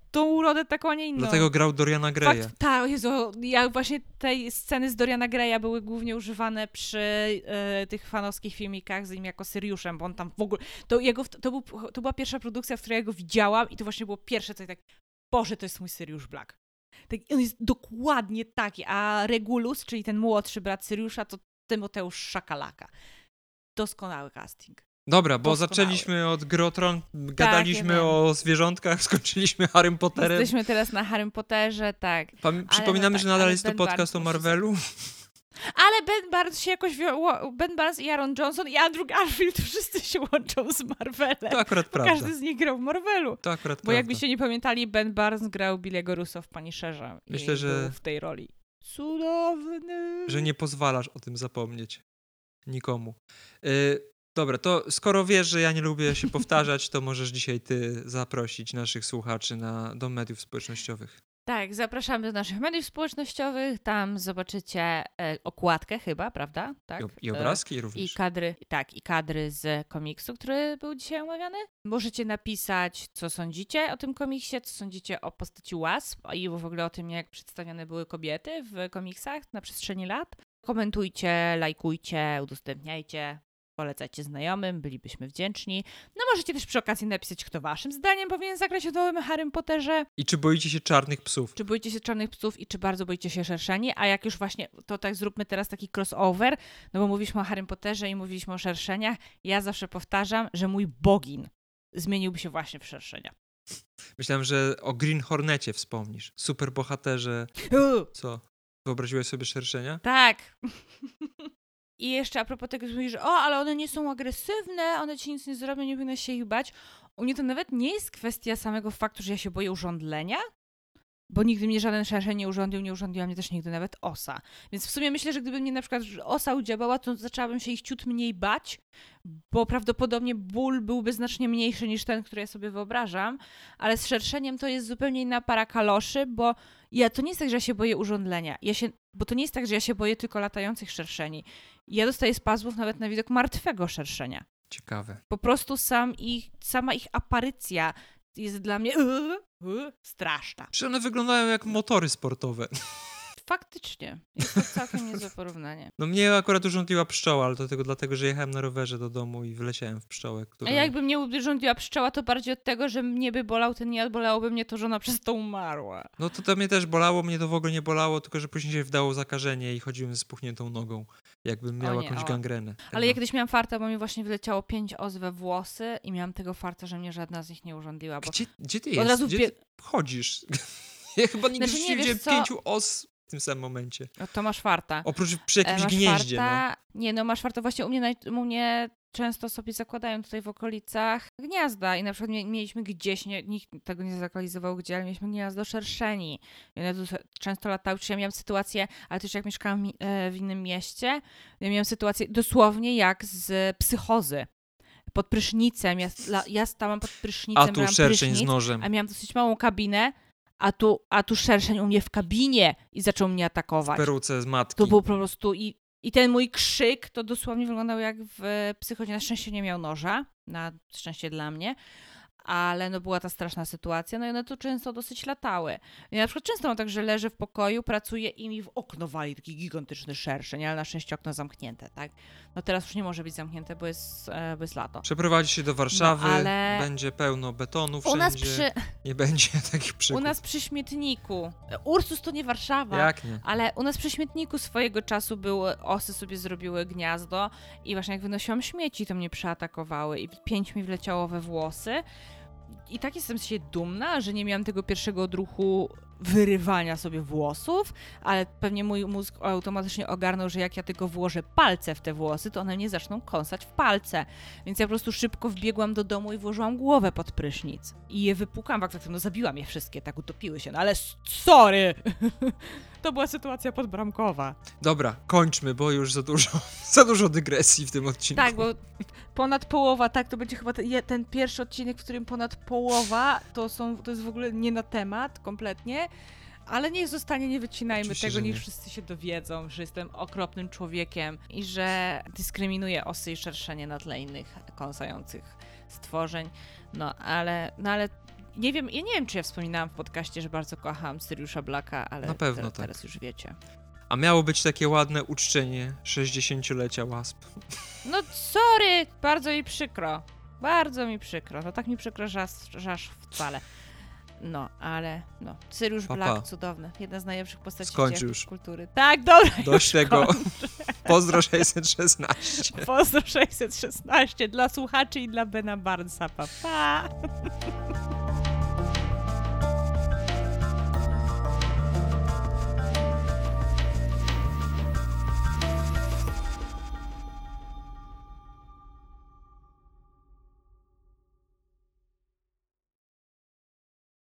[SPEAKER 2] tą urodę taką, a nie inną.
[SPEAKER 1] Dlatego grał Doriana Greya.
[SPEAKER 2] Tak, Jezu, ja właśnie tej sceny z Doriana Greya były głównie używane przy tych fanowskich filmikach z nim jako Syriuszem, bo on tam w ogóle, to była pierwsza produkcja, w której ja go widziałam i to właśnie było pierwsze, co tak, Boże, to jest mój Sirius Black. Tak, on jest dokładnie taki, a Regulus, czyli ten młodszy brat Syriusza, to Tymoteusz Szakalaka. Doskonały casting.
[SPEAKER 1] Dobra, bo zaczęliśmy od Gry o Tron, gadaliśmy o zwierzątkach, skończyliśmy Harrym Potterem.
[SPEAKER 2] Jesteśmy teraz na Harrym Potterze, tak.
[SPEAKER 1] Przypominamy, że nadal jest to podcast o Marvelu.
[SPEAKER 2] Ale Ben Barnes się jakoś Ben Barnes i Aaron Johnson i Andrew Garfield wszyscy się łączą z Marvelem.
[SPEAKER 1] To akurat prawda.
[SPEAKER 2] Każdy z nich grał w Marvelu.
[SPEAKER 1] To akurat
[SPEAKER 2] Bo
[SPEAKER 1] prawda.
[SPEAKER 2] jakbyście nie pamiętali, Ben Barnes grał Billy'ego Russo w Punisherze.
[SPEAKER 1] Myślę, że
[SPEAKER 2] był w tej roli. Cudowny.
[SPEAKER 1] Że nie pozwalasz o tym zapomnieć. Nikomu. Dobra, to skoro wiesz, że ja nie lubię się powtarzać, to możesz dzisiaj ty zaprosić naszych słuchaczy do mediów społecznościowych.
[SPEAKER 2] Tak, zapraszamy do naszych mediów społecznościowych, tam zobaczycie okładkę chyba, prawda? Tak?
[SPEAKER 1] I obrazki również.
[SPEAKER 2] I kadry z komiksu, który był dzisiaj omawiany. Możecie napisać, co sądzicie o tym komiksie, co sądzicie o postaci Wasp i w ogóle o tym, jak przedstawione były kobiety w komiksach na przestrzeni lat. Komentujcie, lajkujcie, udostępniajcie. Polecajcie znajomym, bylibyśmy wdzięczni. No możecie też przy okazji napisać, kto waszym zdaniem powinien zagrać w nowym Harrym Potterze.
[SPEAKER 1] I czy boicie się czarnych psów?
[SPEAKER 2] Czy boicie się czarnych psów i czy bardzo boicie się szerszeni? A jak już właśnie, to tak zróbmy teraz taki crossover, no bo mówiliśmy o Harrym Potterze i mówiliśmy o szerszeniach. Ja zawsze powtarzam, że mój bogin zmieniłby się właśnie w szerszenia.
[SPEAKER 1] Myślałem, że o Green Hornecie wspomnisz. Superbohaterze. Co? Wyobraziłeś sobie szerszenia?
[SPEAKER 2] Tak. I jeszcze a propos tego, że mówisz, ale one nie są agresywne, one ci nic nie zrobią, nie powinno się ich bać. U mnie to nawet nie jest kwestia samego faktu, że ja się boję urządlenia, bo nigdy mnie żaden szerszeń nie urządziła mnie też nigdy nawet osa. Więc w sumie myślę, że gdyby mnie na przykład osa udziałała, to zaczęłabym się ich ciut mniej bać, bo prawdopodobnie ból byłby znacznie mniejszy niż ten, który ja sobie wyobrażam, ale z szerszeniem to jest zupełnie inna para kaloszy, bo to nie jest tak, że ja się boję urządlenia, bo to nie jest tak, że ja się boję tylko latających szerszeni. Ja dostaję spazmów nawet na widok martwego szerszenia.
[SPEAKER 1] Ciekawe.
[SPEAKER 2] Po prostu sama ich aparycja jest dla mnie straszna.
[SPEAKER 1] Czy one wyglądają jak motory sportowe?
[SPEAKER 2] Faktycznie. Jest to całkiem niezłe porównanie.
[SPEAKER 1] No mnie akurat urządliła pszczoła, ale to dlatego, że jechałem na rowerze do domu i wyleciałem w pszczołę, która...
[SPEAKER 2] A jakby mnie urządziła pszczoła, to bardziej od tego, że mnie by bolał ten jad, bolałoby mnie to, że ona przez to umarła.
[SPEAKER 1] No to mnie też bolało, mnie to w ogóle nie bolało, tylko że później się wdało zakażenie i chodziłem ze spuchniętą nogą, jakbym miał jakąś gangrenę.
[SPEAKER 2] Ale ja kiedyś miałam farta, bo mi właśnie wyleciało 5 os we włosy i miałam tego farta, że mnie żadna z nich nie urządziła. Bo...
[SPEAKER 1] Gdzie ty jest? Gdzie ty chodzisz? Ja chyba nigdy nie widziałem 5 os w tym samym momencie.
[SPEAKER 2] No to masz farta.
[SPEAKER 1] Oprócz przy jakimś gnieździe.
[SPEAKER 2] Farta? No. Nie, masz farta. Właśnie u mnie często sobie zakładają tutaj w okolicach gniazda i na przykład mieliśmy gdzieś, nikt tego nie zakolizował gdzie, ale mieliśmy gniazdo szerszeni. I one tu często latały. Ja miałam sytuację, ale też jak mieszkałam w innym mieście, ja miałam sytuację dosłownie jak z psychozy. Pod prysznicem. Ja stałam pod prysznicem,
[SPEAKER 1] a tu szerszeń
[SPEAKER 2] prysznic,
[SPEAKER 1] z nożem.
[SPEAKER 2] A miałam dosyć małą kabinę, a tu szerszeń u mnie w kabinie i zaczął mnie atakować.
[SPEAKER 1] W peruce z matki.
[SPEAKER 2] To był po prostu i ten mój krzyk to dosłownie wyglądał jak w psychozie. Na szczęście nie miał noża, na szczęście dla mnie, ale no była ta straszna sytuacja, no i one tu często dosyć latały. Ja na przykład często mam tak, że leżę w pokoju, pracuję i mi w okno wali taki gigantyczny szerszeń, ale na szczęście okno zamknięte, tak? No teraz już nie może być zamknięte, bo jest lato.
[SPEAKER 1] Przeprowadzi się do Warszawy, będzie pełno betonu wszędzie, nie będzie takich przygód.
[SPEAKER 2] U nas przy śmietniku, Ursus to nie Warszawa,
[SPEAKER 1] jak nie?
[SPEAKER 2] Ale u nas przy śmietniku swojego czasu osy sobie zrobiły gniazdo i właśnie jak wynosiłam śmieci, to mnie przeatakowały i 5 mi wleciało we włosy. I tak jestem się dumna, że nie miałam tego pierwszego odruchu wyrywania sobie włosów, ale pewnie mój mózg automatycznie ogarnął, że jak ja tylko włożę palce w te włosy, to one mnie zaczną kąsać w palce. Więc ja po prostu szybko wbiegłam do domu i włożyłam głowę pod prysznic. I je wypłukałam, no zabiłam je wszystkie, tak utopiły się, no ale sorry! To była sytuacja podbramkowa.
[SPEAKER 1] Dobra, kończmy, bo już za dużo dygresji w tym odcinku.
[SPEAKER 2] Tak, bo ponad połowa, tak, to będzie chyba ten pierwszy odcinek, w którym ponad połowa to jest w ogóle nie na temat kompletnie, ale niech zostanie, nie wycinajmy
[SPEAKER 1] oczywiście,
[SPEAKER 2] tego, niech wszyscy się dowiedzą, że jestem okropnym człowiekiem i że dyskryminuję osy i szerszenie na tle innych kąsających stworzeń. No ale nie wiem, ja nie wiem, czy ja wspominałam w podcaście, że bardzo kochałam Siriusza Blacka, ale
[SPEAKER 1] Na pewno tak.
[SPEAKER 2] teraz już wiecie.
[SPEAKER 1] A miało być takie ładne uczczenie 60-lecia Wasp.
[SPEAKER 2] No sorry, bardzo mi przykro. Bardzo mi przykro. No tak mi przykro, że aż wcale. No, ale no. Sirius Black, cudowny. Jedna z najlepszych postaci
[SPEAKER 1] Skończ już.
[SPEAKER 2] kultury. Tak, dobra.
[SPEAKER 1] Dość tego. Pozdro 616.
[SPEAKER 2] Pozdro 616 dla słuchaczy i dla Bena Barnesa. Pa, pa.